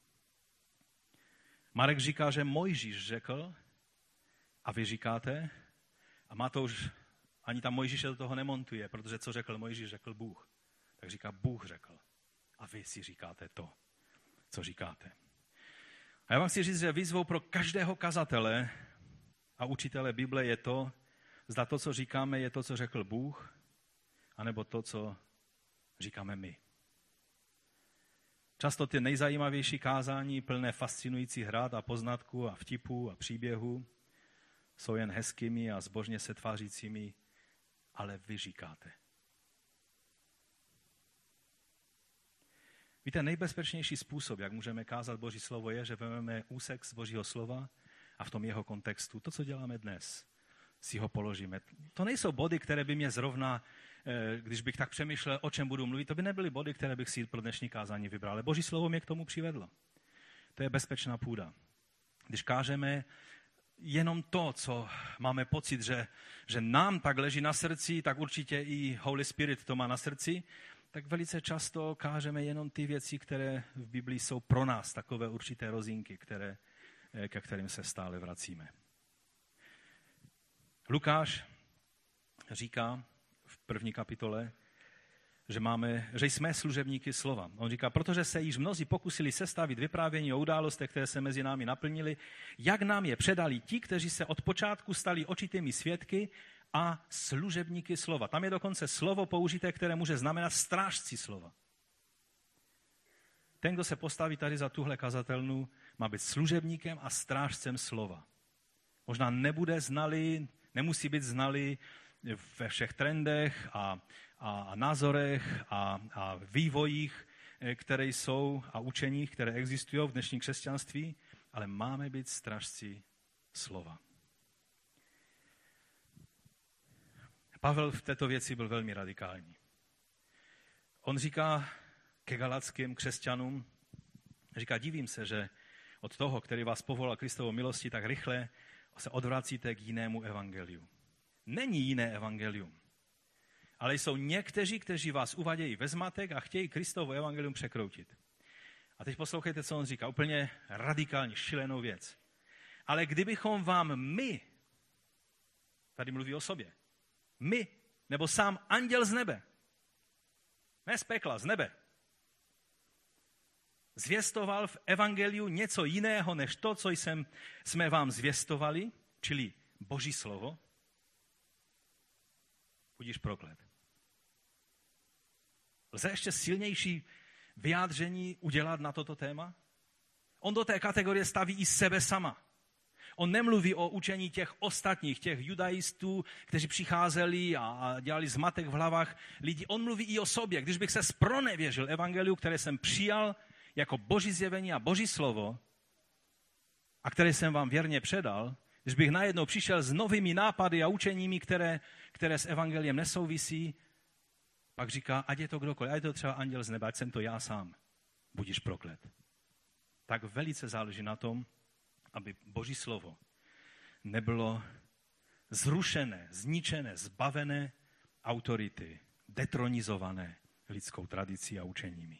Marek říká, že Mojžíš řekl a vy říkáte, a Matouš ani tam Mojžíše do toho nemontuje, protože co řekl Mojžíš, řekl Bůh. Tak říká, Bůh řekl a vy si říkáte to, co říkáte. A já vám chci říct, že výzvou pro každého kazatele a učitele Bible je to, zda to, co říkáme, je to, co řekl Bůh, anebo to, co říkáme my. Často ty nejzajímavější kázání, plné fascinujících hrad a poznatků a vtipů a příběhů, jsou jen hezkými a zbožně se tvářícími, ale vy říkáte. Víte, nejbezpečnější způsob, jak můžeme kázat Boží slovo, je, že vezmeme úsek z Božího slova a v tom jeho kontextu, to, co děláme dnes, si ho položíme. To nejsou body, které by mě zrovna, když bych tak přemýšlel, o čem budu mluvit, to by nebyly body, které bych si pro dnešní kázání vybral. Ale Boží slovo mě k tomu přivedlo. To je bezpečná půda. Když kážeme jenom to, co máme pocit, že, že nám tak leží na srdci, tak určitě i Holy Spirit to má na srdci, tak velice často kážeme jenom ty věci, které v Biblii jsou pro nás, takové určité rozinky, které, ke kterým se stále vracíme. Lukáš říká v první kapitole, že, máme, že jsme služebníky slova. On říká, protože se již mnozí pokusili sestavit vyprávění o událostech, které se mezi námi naplnily, jak nám je předali ti, kteří se od počátku stali očitými svědky a služebníky slova. Tam je dokonce slovo použité, které může znamenat strážci slova. Ten, kdo se postaví tady za tuhle kazatelnu, má být služebníkem a strážcem slova. Možná nebude znalý, nemusí být znalý ve všech trendech a, a názorech a, a vývojích, které jsou a učeních, které existují v dnešním křesťanství, ale máme být strážci slova. Pavel v této věci byl velmi radikální. On říká ke galackým křesťanům, říká, divím se, že od toho, který vás povolal Kristovou milostí, tak rychle se odvracíte k jinému evangeliu. Není jiné evangelium, ale jsou někteří, kteří vás uvadějí ve zmatek a chtějí Kristovo evangelium překroutit. A teď poslouchejte, co on říká, úplně radikálně šílenou věc. Ale kdybychom vám my, tady mluví o sobě, my, nebo sám anděl z nebe, ne z pekla, z nebe, zvěstoval v evangeliu něco jiného, než to, co jsem, jsme vám zvěstovali, čili Boží slovo, budíš proklet. Lze ještě silnější vyjádření udělat na toto téma? On do té kategorie staví i sebe sama. On nemluví o učení těch ostatních, těch judaistů, kteří přicházeli a dělali zmatek v hlavách lidí. On mluví i o sobě. Když bych se zpronevěřil evangeliu, které jsem přijal jako Boží zjevení a Boží slovo, a které jsem vám věrně předal, když bych najednou přišel s novými nápady a učeními, které, které s evangeliem nesouvisí, pak říká, ať je to kdokoliv, ať je to třeba anděl z nebe, ať jsem to já sám, budiš proklet. Tak velice záleží na tom, aby Boží slovo nebylo zrušené, zničené, zbavené autority, detronizované lidskou tradicí a učeními.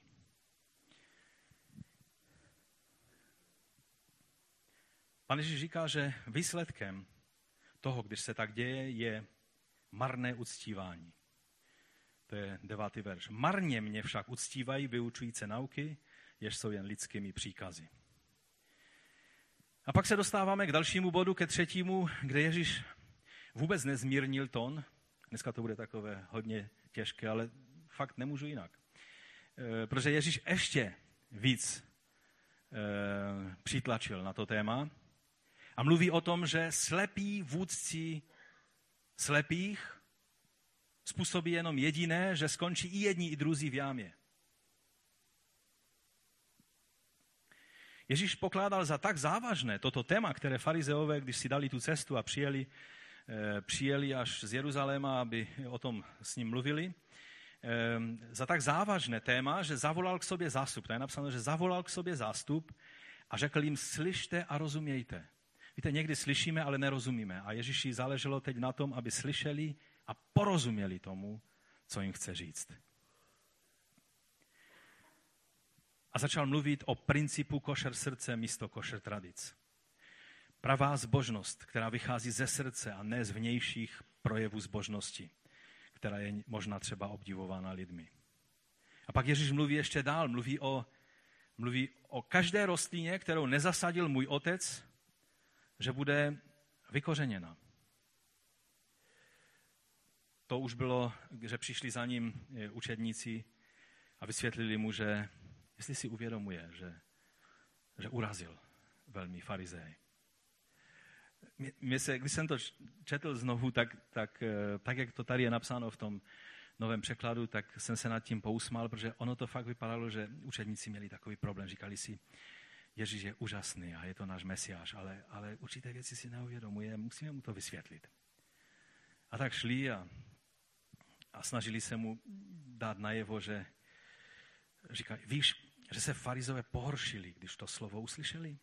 Pan Ježíš říká, že výsledkem toho, když se tak děje, je marné uctívání. To je devátý verš. Marně mě však uctívají vyučující nauky, jež jsou jen lidskými příkazy. A pak se dostáváme k dalšímu bodu, ke třetímu, kde Ježíš vůbec nezmírnil tón. Dneska to bude takové hodně těžké, ale fakt nemůžu jinak. E, protože Ježíš ještě víc e, přitlačil na to téma a mluví o tom, že slepí vůdci slepých způsobí jenom jediné, že skončí i jedni, i druzí v jámě. Ježíš pokládal za tak závažné toto téma, které farizeové, když si dali tu cestu a přijeli, eh, přijeli až z Jeruzaléma, aby o tom s ním mluvili, eh, za tak závažné téma, že zavolal k sobě zástup. To je napsáno, že zavolal k sobě zástup a řekl jim, slyšte a rozumějte. Víte, někdy slyšíme, ale nerozumíme. A Ježíši záleželo teď na tom, aby slyšeli a porozuměli tomu, co jim chce říct. A začal mluvit o principu košer srdce místo košer tradic. Pravá zbožnost, která vychází ze srdce a ne z vnějších projevů zbožnosti, která je možná třeba obdivována lidmi. A pak Ježíš mluví ještě dál, mluví o, mluví o každé rostlině, kterou nezasadil můj otec, že bude vykořeněna. To už bylo, že přišli za ním učedníci a vysvětlili mu, že jestli si uvědomuje, že, že urazil velmi farizej. Mě se, když jsem to četl znovu, tak, tak, tak, jak to tady je napsáno v tom novém překladu, tak jsem se nad tím pousmál, protože ono to fakt vypadalo, že učedníci měli takový problém. Říkali si, Ježíš je úžasný a je to náš mesiáš, ale, ale určité věci si neuvědomuje, musíme mu to vysvětlit. A tak šli a, a snažili se mu dát najevo, že říkají, víš, že se farizové pohoršili, když to slovo uslyšeli?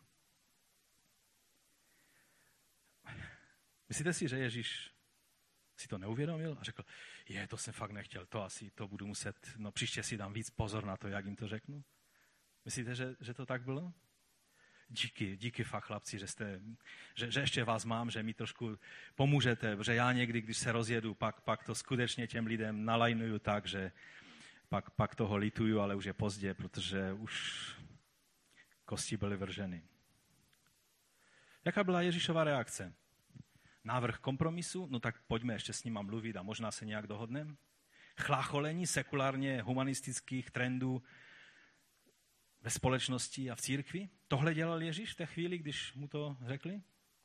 Myslíte si, že Ježíš si to neuvědomil a řekl, je, to jsem fakt nechtěl, to asi, to budu muset, no příště si dám víc pozor na to, jak jim to řeknu? Myslíte, že, že to tak bylo? Díky, díky fakt chlapci, že, jste, že, že ještě vás mám, že mi trošku pomůžete, protože já někdy, když se rozjedu, pak, pak to skutečně těm lidem nalajnuju tak, že pak, pak toho lituju, ale už je pozdě, protože už kosti byly vrženy. Jaká byla Ježíšova reakce? Návrh kompromisu? No tak pojďme ještě s nima mluvit a možná se nějak dohodneme. Chlácholení sekulárně humanistických trendů ve společnosti a v církvi? Tohle dělal Ježíš v té chvíli, když mu to řekli?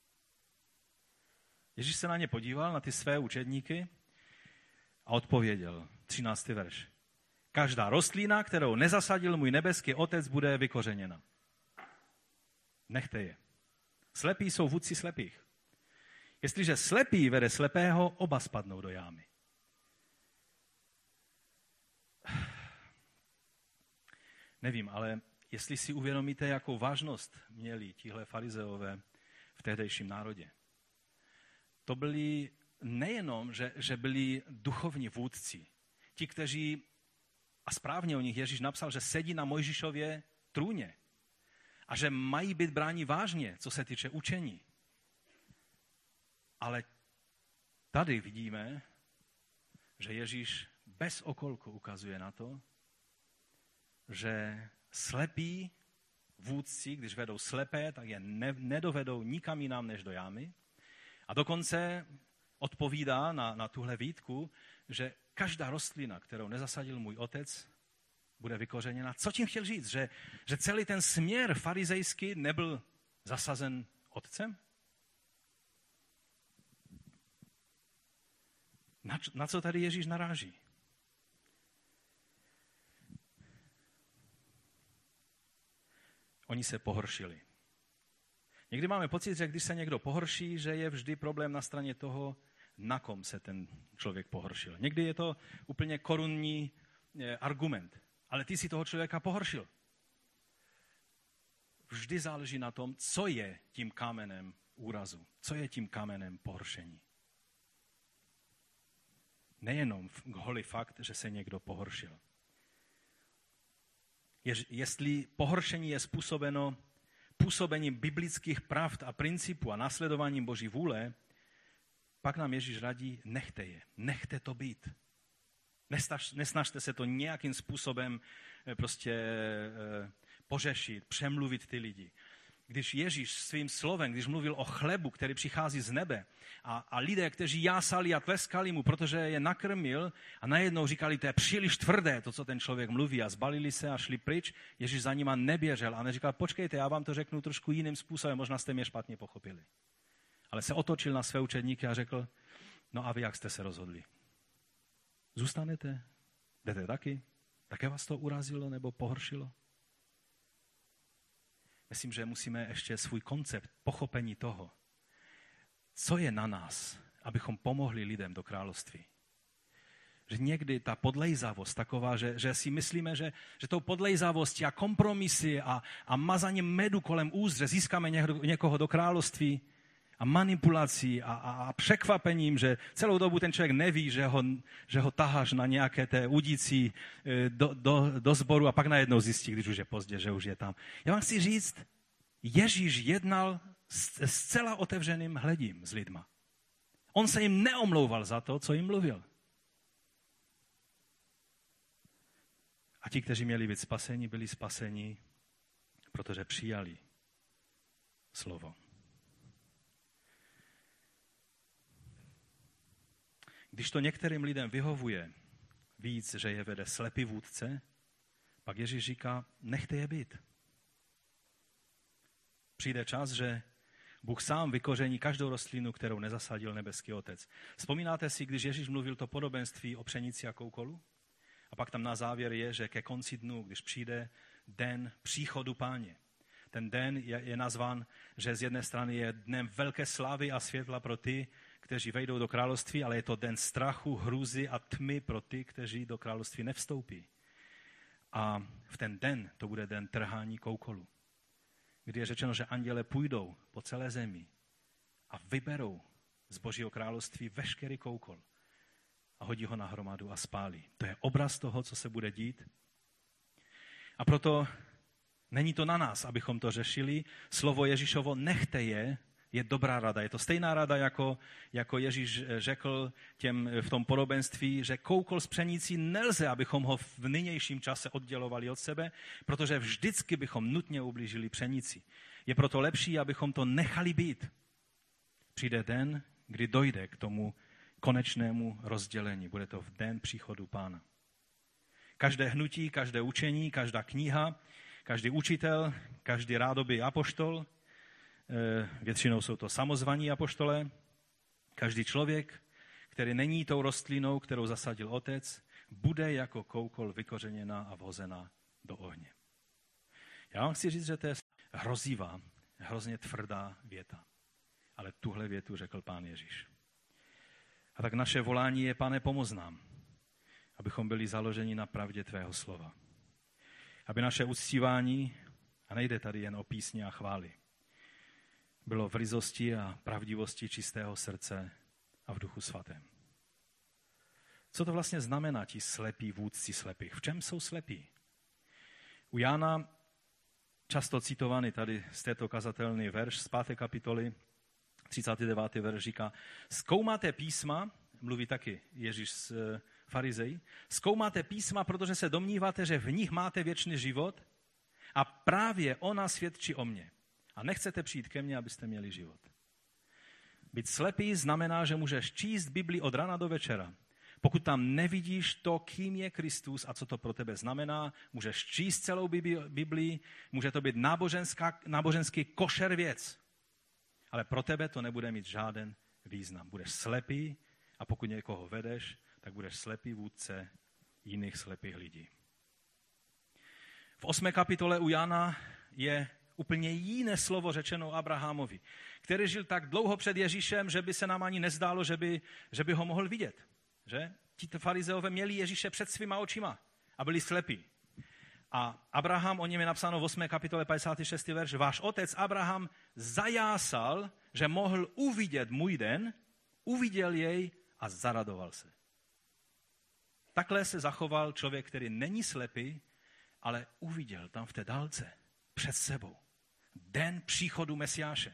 Ježíš se na ně podíval, na ty své učedníky a odpověděl. třináctý verš. Každá rostlina, kterou nezasadil můj nebeský otec, bude vykořeněna. Nechte je. Slepí jsou vůdci slepých. Jestliže slepý vede slepého, oba spadnou do jámy. Nevím, ale jestli si uvědomíte, jakou vážnost měli tihle farizeové v tehdejším národě. To byli nejenom, že, že byli duchovní vůdci, ti, kteří, a správně o nich Ježíš napsal, že sedí na Mojžíšově trůně a že mají být bráni vážně, co se týče učení. Ale tady vidíme, že Ježíš bez okolku ukazuje na to, že slepí vůdci, když vedou slepé, tak je ne, nedovedou nikam jinam než do jámy. A dokonce odpovídá na, na tuhle výtku, že každá rostlina, kterou nezasadil můj otec, bude vykořeněna. Co tím chtěl říct? Že, že celý ten směr farizejský nebyl zasazen otcem? Na, na co tady Ježíš naráží? Oni se pohoršili. Někdy máme pocit, že když se někdo pohorší, že je vždy problém na straně toho, na kom se ten člověk pohoršil. Někdy je to úplně korunní argument, ale ty si toho člověka pohoršil. Vždy záleží na tom, co je tím kamenem úrazu, co je tím kamenem pohoršení. Nejenom holý fakt, že se někdo pohoršil. Je, jestli pohoršení je způsobeno působením biblických pravd a principů a následováním Boží vůle, pak nám Ježíš radí, nechte je, nechte to být. Nestaž, nesnažte se to nějakým způsobem prostě e, pořešit, přemluvit ty lidi. Když Ježíš svým slovem, když mluvil o chlebu, který přichází z nebe a, a lidé, kteří jásali a tleskali mu, protože je nakrmil a najednou říkali, to je příliš tvrdé, to, co ten člověk mluví a zbalili se a šli pryč, Ježíš za nima neběžel a neříkal, počkejte, já vám to řeknu trošku jiným způsobem, možná jste mě špatně pochopili. Ale se otočil na své učedníky a řekl, no a vy jak jste se rozhodli? Zůstanete? Jdete taky? Také vás to urazilo nebo pohoršilo? Myslím, že musíme ještě svůj koncept pochopení toho, co je na nás, abychom pomohli lidem do království. Že někdy ta podlejzavost taková, že, že si myslíme, že, že tou podlejzavostí a kompromisy a, a mazaním medu kolem úst, že získáme někoho do království a manipulací a, a, a překvapením, že celou dobu ten člověk neví, že ho, že ho taháš na nějaké té udící do, do, do sboru a pak najednou zjistí, když už je pozdě, že už je tam. Já vám chci říct, Ježíš jednal s zcela otevřeným hledím s lidma. On se jim neomlouval za to, co jim mluvil. A ti, kteří měli být spaseni, byli spaseni, protože přijali slovo. Když to některým lidem vyhovuje víc, že je vede slepý vůdce, pak Ježíš říká, nechte je být. Přijde čas, že Bůh sám vykoření každou rostlinu, kterou nezasadil nebeský Otec. Vzpomínáte si, když Ježíš mluvil to podobenství o pšenici a koukolu? A pak tam na závěr je, že ke konci dnu, když přijde den příchodu Páně. Ten den je, je nazván, že z jedné strany je dnem velké slávy a světla pro ty, kteří vejdou do království, ale je to den strachu, hrůzy a tmy pro ty, kteří do království nevstoupí. A v ten den to bude den trhání koukolu, kdy je řečeno, že anděle půjdou po celé zemi a vyberou z Božího království veškerý koukol a hodí ho na hromadu a spálí. To je obraz toho, co se bude dít. A proto není to na nás, abychom to řešili. Slovo Ježíšovo nechte je, je dobrá rada. Je to stejná rada, jako, jako Ježíš řekl těm v tom podobenství, že koukol z pšenicí nelze, abychom ho v nynějším čase oddělovali od sebe, protože vždycky bychom nutně ublížili pšenici. Je proto lepší, abychom to nechali být. Přijde den, kdy dojde k tomu konečnému rozdělení. Bude to v den příchodu Pána. Každé hnutí, každé učení, každá kniha, každý učitel, každý rádoby apoštol, většinou jsou to samozvaní apoštole, každý člověk, který není tou rostlinou, kterou zasadil Otec, bude jako koukol vykořeněna a vhozena do ohně. Já vám chci říct, že to je hrozivá, hrozně tvrdá věta. Ale tuhle větu řekl Pán Ježíš. A tak naše volání je, Pane, pomoz nám, abychom byli založeni na pravdě tvého slova. Aby naše uctívání, a nejde tady jen o písně a chvály, bylo v ryzosti a pravdivosti čistého srdce a v duchu svatém. Co to vlastně znamená ti slepí vůdci slepých? V čem jsou slepí? U Jána často citovaný tady z této kazatelný verš z páté kapitoly, třicátý devátý verš říká, zkoumáte písma, mluví taky Ježíš s farizeji, zkoumáte písma, protože se domníváte, že v nich máte věčný život a právě ona svědčí o mně. A nechcete přijít ke mně, abyste měli život. Být slepý znamená, že můžeš číst Bibli od rana do večera. Pokud tam nevidíš to, kým je Kristus a co to pro tebe znamená, můžeš číst celou Biblii, může to být náboženská, náboženský košer věc. Ale pro tebe to nebude mít žádný význam. Budeš slepý a pokud někoho vedeš, tak budeš slepý vůdce jiných slepých lidí. V osmé kapitole u Jana je úplně jiné slovo řečeno Abrahamovi, který žil tak dlouho před Ježíšem, že by se nám ani nezdálo, že by, že by ho mohl vidět. Že? Ti farizeové měli Ježíše před svýma očima a byli slepí. A Abraham, o něm je napsáno v osmé kapitole padesátý šestý verš, váš otec Abraham zajásal, že mohl uvidět můj den, uviděl jej a zaradoval se. Takhle se zachoval člověk, který není slepý, ale uviděl tam v té dálce před sebou den příchodu Mesiáše.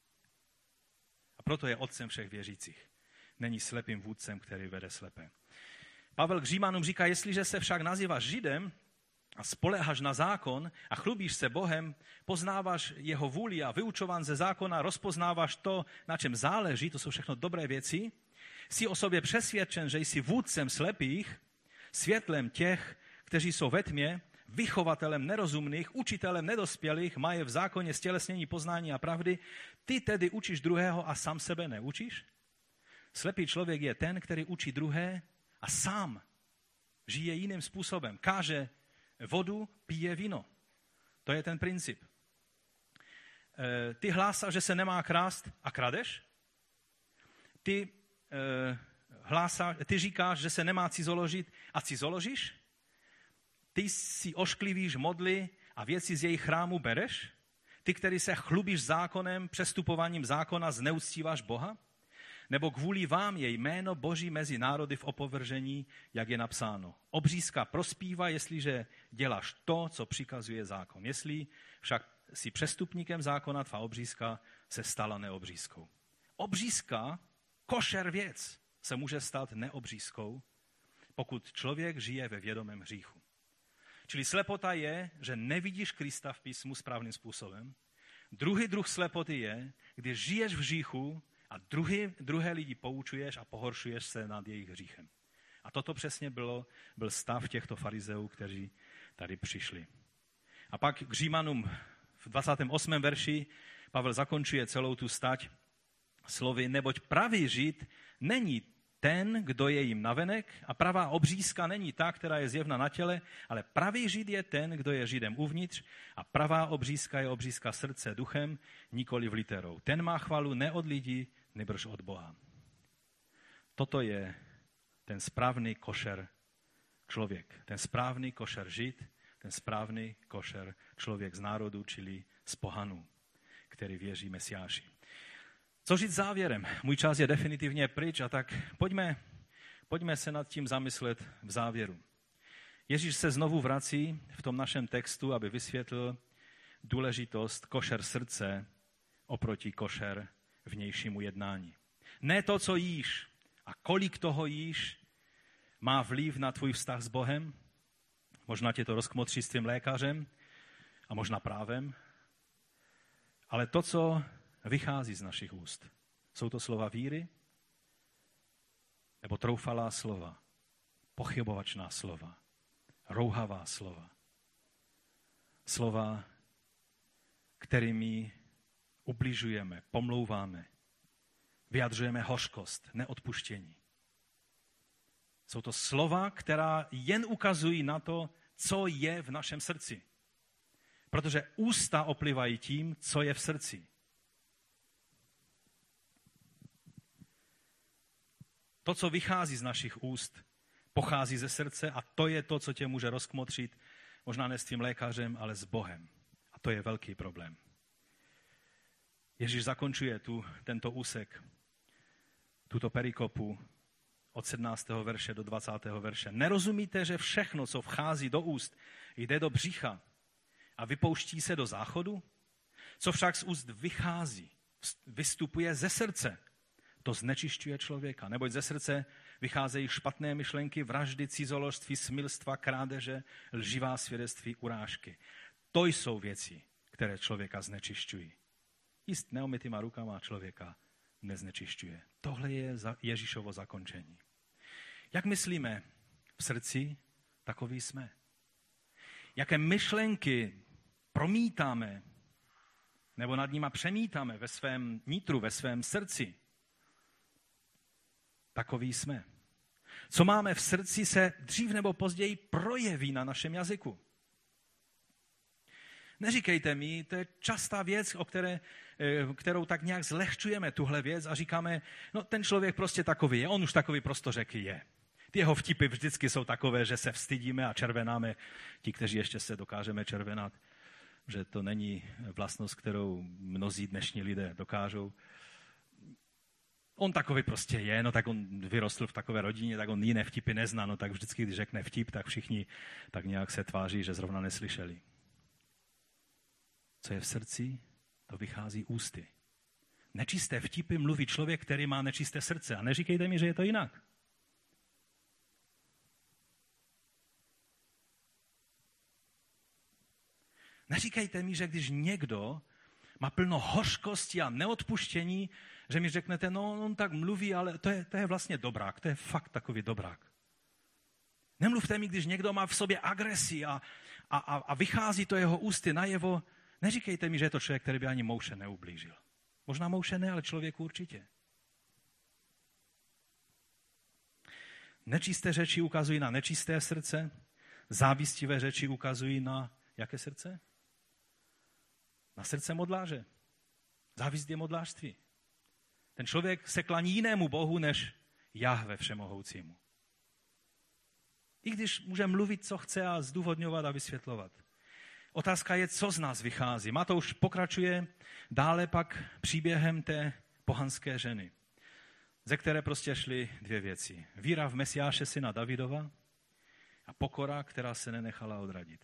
A proto je otcem všech věřících. Není slepým vůdcem, který vede slepé. Pavel k Římanům říká, jestliže se však nazýváš Židem a spoléháš na zákon a chlubíš se Bohem, poznáváš jeho vůli a vyučován ze zákona, rozpoznáváš to, na čem záleží, to jsou všechno dobré věci, jsi o sobě přesvědčen, že jsi vůdcem slepých, světlem těch, kteří jsou ve tmě, vychovatelem nerozumných, učitelem nedospělých, mají v zákoně stělesnění poznání a pravdy, ty tedy učíš druhého a sám sebe neučíš? Slepý člověk je ten, který učí druhé a sám žije jiným způsobem. Káže vodu, pije víno. To je ten princip. E, ty hlásáš, že se nemá krást a kradeš? Ty, e, hlásáš, ty říkáš, že se nemá cizoložit a cizoložíš? Ty si ošklivíš modly a věci z jejich chrámu bereš? Ty, který se chlubíš zákonem, přestupováním zákona, zneuctíváš Boha? Nebo kvůli vám je jméno Boží mezi národy v opovržení, jak je napsáno. Obřízka prospívá, jestliže děláš to, co přikazuje zákon. Jestli však si přestupníkem zákona, tvá obřízka se stala neobřízkou. Obřízka, košer věc, se může stát neobřízkou, pokud člověk žije ve vědomém hříchu. Čili slepota je, že nevidíš Krista v písmu správným způsobem. Druhý druh slepoty je, když žiješ v hříchu a druhý, druhé lidi poučuješ a pohoršuješ se nad jejich hříchem. A toto přesně bylo, byl stav těchto farizeů, kteří tady přišli. A pak k Římanům v dvacátém osmém verši Pavel zakončuje celou tu stať slovy, neboť pravý Žid není ten, kdo je jim navenek, a pravá obřízka není ta, která je zjevna na těle, ale pravý Žid je ten, kdo je Židem uvnitř, a pravá obřízka je obřízka srdce duchem, nikoli v literou. Ten má chvalu ne od lidí, nýbrž od Boha. Toto je ten správný košer člověk, ten správný košer Žid, ten správný košer člověk z národu, čili z pohanů, který věří Mesiáši. Co říct závěrem? Můj čas je definitivně pryč, a tak pojďme, pojďme se nad tím zamyslet v závěru. Ježíš se znovu vrací v tom našem textu, aby vysvětlil důležitost košer srdce oproti košer vnějšímu jednání. Ne to, co jíš a kolik toho jíš, má vliv na tvůj vztah s Bohem. Možná tě to rozkmotří s tvým lékařem a možná právem. Ale to, co vychází z našich úst, jsou to slova víry nebo troufalá slova, pochybovačná slova, rouhavá slova. Slova, kterými ubližujeme, pomlouváme, vyjadřujeme hořkost, neodpuštění. Jsou to slova, která jen ukazují na to, co je v našem srdci. Protože ústa oplivají tím, co je v srdci. To, co vychází z našich úst, pochází ze srdce a to je to, co tě může rozkmotřit, možná ne s tím lékařem, ale s Bohem. A to je velký problém. Ježíš zakončuje tu, tento úsek, tuto perikopu od sedmnáctého verše do dvacátého verše. Nerozumíte, že všechno, co vchází do úst, jde do břicha a vypouští se do záchodu? Co však z úst vychází, vystupuje ze srdce, to znečišťuje člověka. Neboť ze srdce vycházejí špatné myšlenky, vraždy, cizoložství, smilstva, krádeže, lživá svědectví, urážky. To jsou věci, které člověka znečišťují. Jíst neumytýma rukama člověka neznečišťuje. Tohle je Ježíšovo zakončení. Jak myslíme v srdci, takový jsme. Jaké myšlenky promítáme nebo nad nima přemítáme ve svém nitru, ve svém srdci, takový jsme. Co máme v srdci, se dřív nebo později projeví na našem jazyku. Neříkejte mi, to je častá věc, o které, kterou tak nějak zlehčujeme, tuhle věc, a říkáme, no ten člověk prostě takový je, on už takový prostořeký je. Ty jeho vtipy vždycky jsou takové, že se vstydíme a červenáme, ti, kteří ještě se dokážeme červenat, že to není vlastnost, kterou mnozí dnešní lidé dokážou. On takový prostě je, no tak on vyrostl v takové rodině, tak on jiné vtipy nezná, no tak vždycky, když řekne vtip, tak všichni tak nějak se tváří, že zrovna neslyšeli. Co je v srdci, to vychází ústy. Nečisté vtipy mluví člověk, který má nečisté srdce. A neříkejte mi, že je to jinak. Neříkejte mi, že když někdo má plno hořkosti a neodpuštění, že mi řeknete, no on tak mluví, ale to je, to je vlastně dobrák, to je fakt takový dobrák. Nemluvte mi, když někdo má v sobě agresi a, a, a vychází to jeho ústy najevo, neříkejte mi, že je to člověk, který by ani mouše neublížil. Možná mouše ne, ale člověku určitě. Nečisté řeči ukazují na nečisté srdce, závistivé řeči ukazují na jaké srdce? Na srdce modláře. Závist je modlářství. Ten člověk se klaní jinému bohu, než Jahve všemohoucímu. I když může mluvit, co chce a zdůvodňovat a vysvětlovat. Otázka je, co z nás vychází. Matouš pokračuje dále pak příběhem té pohanské ženy, ze které prostě šly dvě věci. Víra v Mesiáše syna Davidova a pokora, která se nenechala odradit.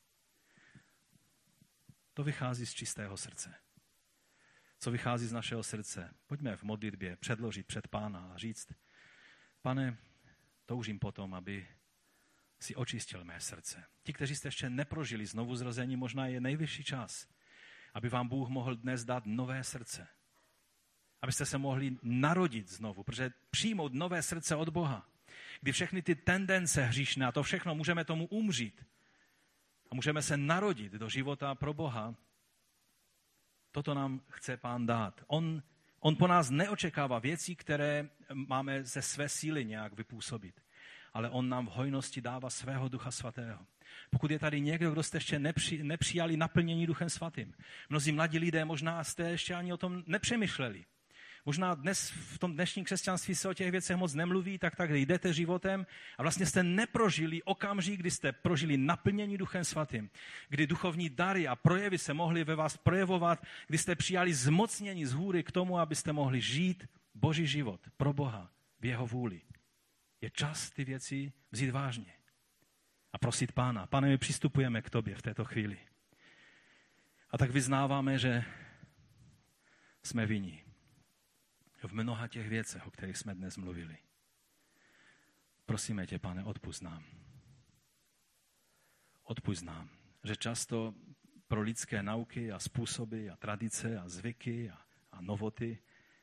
To vychází z čistého srdce. Co vychází z našeho srdce? Pojďme v modlitbě předložit před Pána a říct, Pane, toužím potom, aby si očistil mé srdce. Ti, kteří jste ještě neprožili znovu zrození, možná je nejvyšší čas, aby vám Bůh mohl dnes dát nové srdce. Abyste se mohli narodit znovu, protože přijmout nové srdce od Boha, kdy všechny ty tendence hříšné a to všechno můžeme tomu umřít a můžeme se narodit do života pro Boha, toto nám chce Pán dát. On, on po nás neočekává věcí, které máme ze své síly nějak vypůsobit, ale on nám v hojnosti dává svého Ducha Svatého. Pokud je tady někdo, kdo jste ještě nepři, nepřijali naplnění Duchem Svatým, mnozí mladí lidé možná jste ještě ani o tom nepřemýšleli. Možná dnes v tom dnešním křesťanství se o těch věcech moc nemluví, tak tak jdete životem a vlastně jste neprožili okamžik, kdy jste prožili naplnění Duchem Svatým, kdy duchovní dary a projevy se mohly ve vás projevovat, kdy jste přijali zmocnění z hůry k tomu, abyste mohli žít Boží život pro Boha v jeho vůli. Je čas ty věci vzít vážně a prosit Pána. Pane, my přistupujeme k tobě v této chvíli. A tak vyznáváme, že jsme vinní v mnoha těch věcech, o kterých jsme dnes mluvili. Prosíme tě, Pane, odpusť nám. Odpusť nám, že často pro lidské nauky a způsoby a tradice a zvyky a, a novoty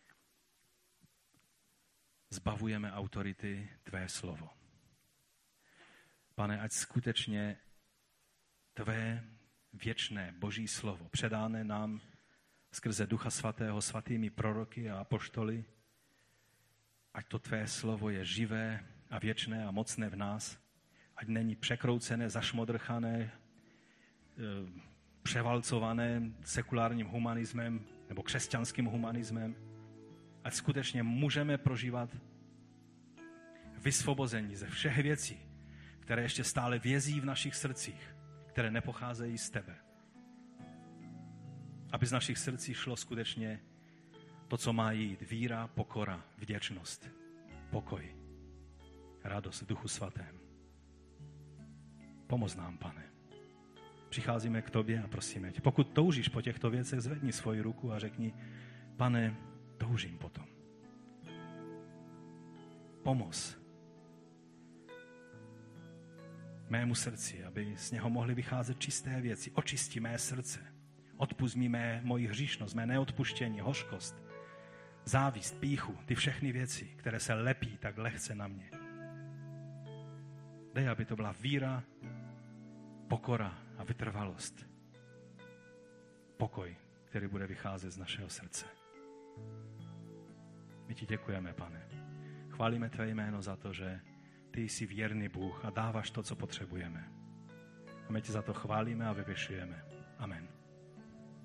zbavujeme autority tvé slovo. Pane, ať skutečně tvé věčné Boží slovo, předáné nám skrze Ducha Svatého svatými proroky a apoštoly, ať to tvé slovo je živé a věčné a mocné v nás, ať není překroucené, zašmodrchané, převalcované sekulárním humanismem nebo křesťanským humanismem, ať skutečně můžeme prožívat vysvobození ze všech věcí, které ještě stále vězí v našich srdcích, které nepocházejí z tebe. Aby z našich srdcí šlo skutečně to, co má jít. Víra, pokora, vděčnost, pokoj, radost v Duchu Svatém. Pomoz nám, Pane. Přicházíme k tobě a prosíme tě. Pokud toužíš po těchto věcech, zvedni svoji ruku a řekni, Pane, toužím potom. Pomoz mému srdci, aby z něho mohly vycházet čisté věci. Očisti mé srdce. Odpusť mi mé, moji hříšnost, mé neodpuštění, hořkost, závist, pýchu, ty všechny věci, které se lepí tak lehce na mě. Dej, aby to byla víra, pokora a vytrvalost. Pokoj, který bude vycházet z našeho srdce. My ti děkujeme, Pane. Chválíme tvé jméno za to, že ty jsi věrný Bůh a dáváš to, co potřebujeme. A my ti za to chválíme a vyvyšujeme. Amen.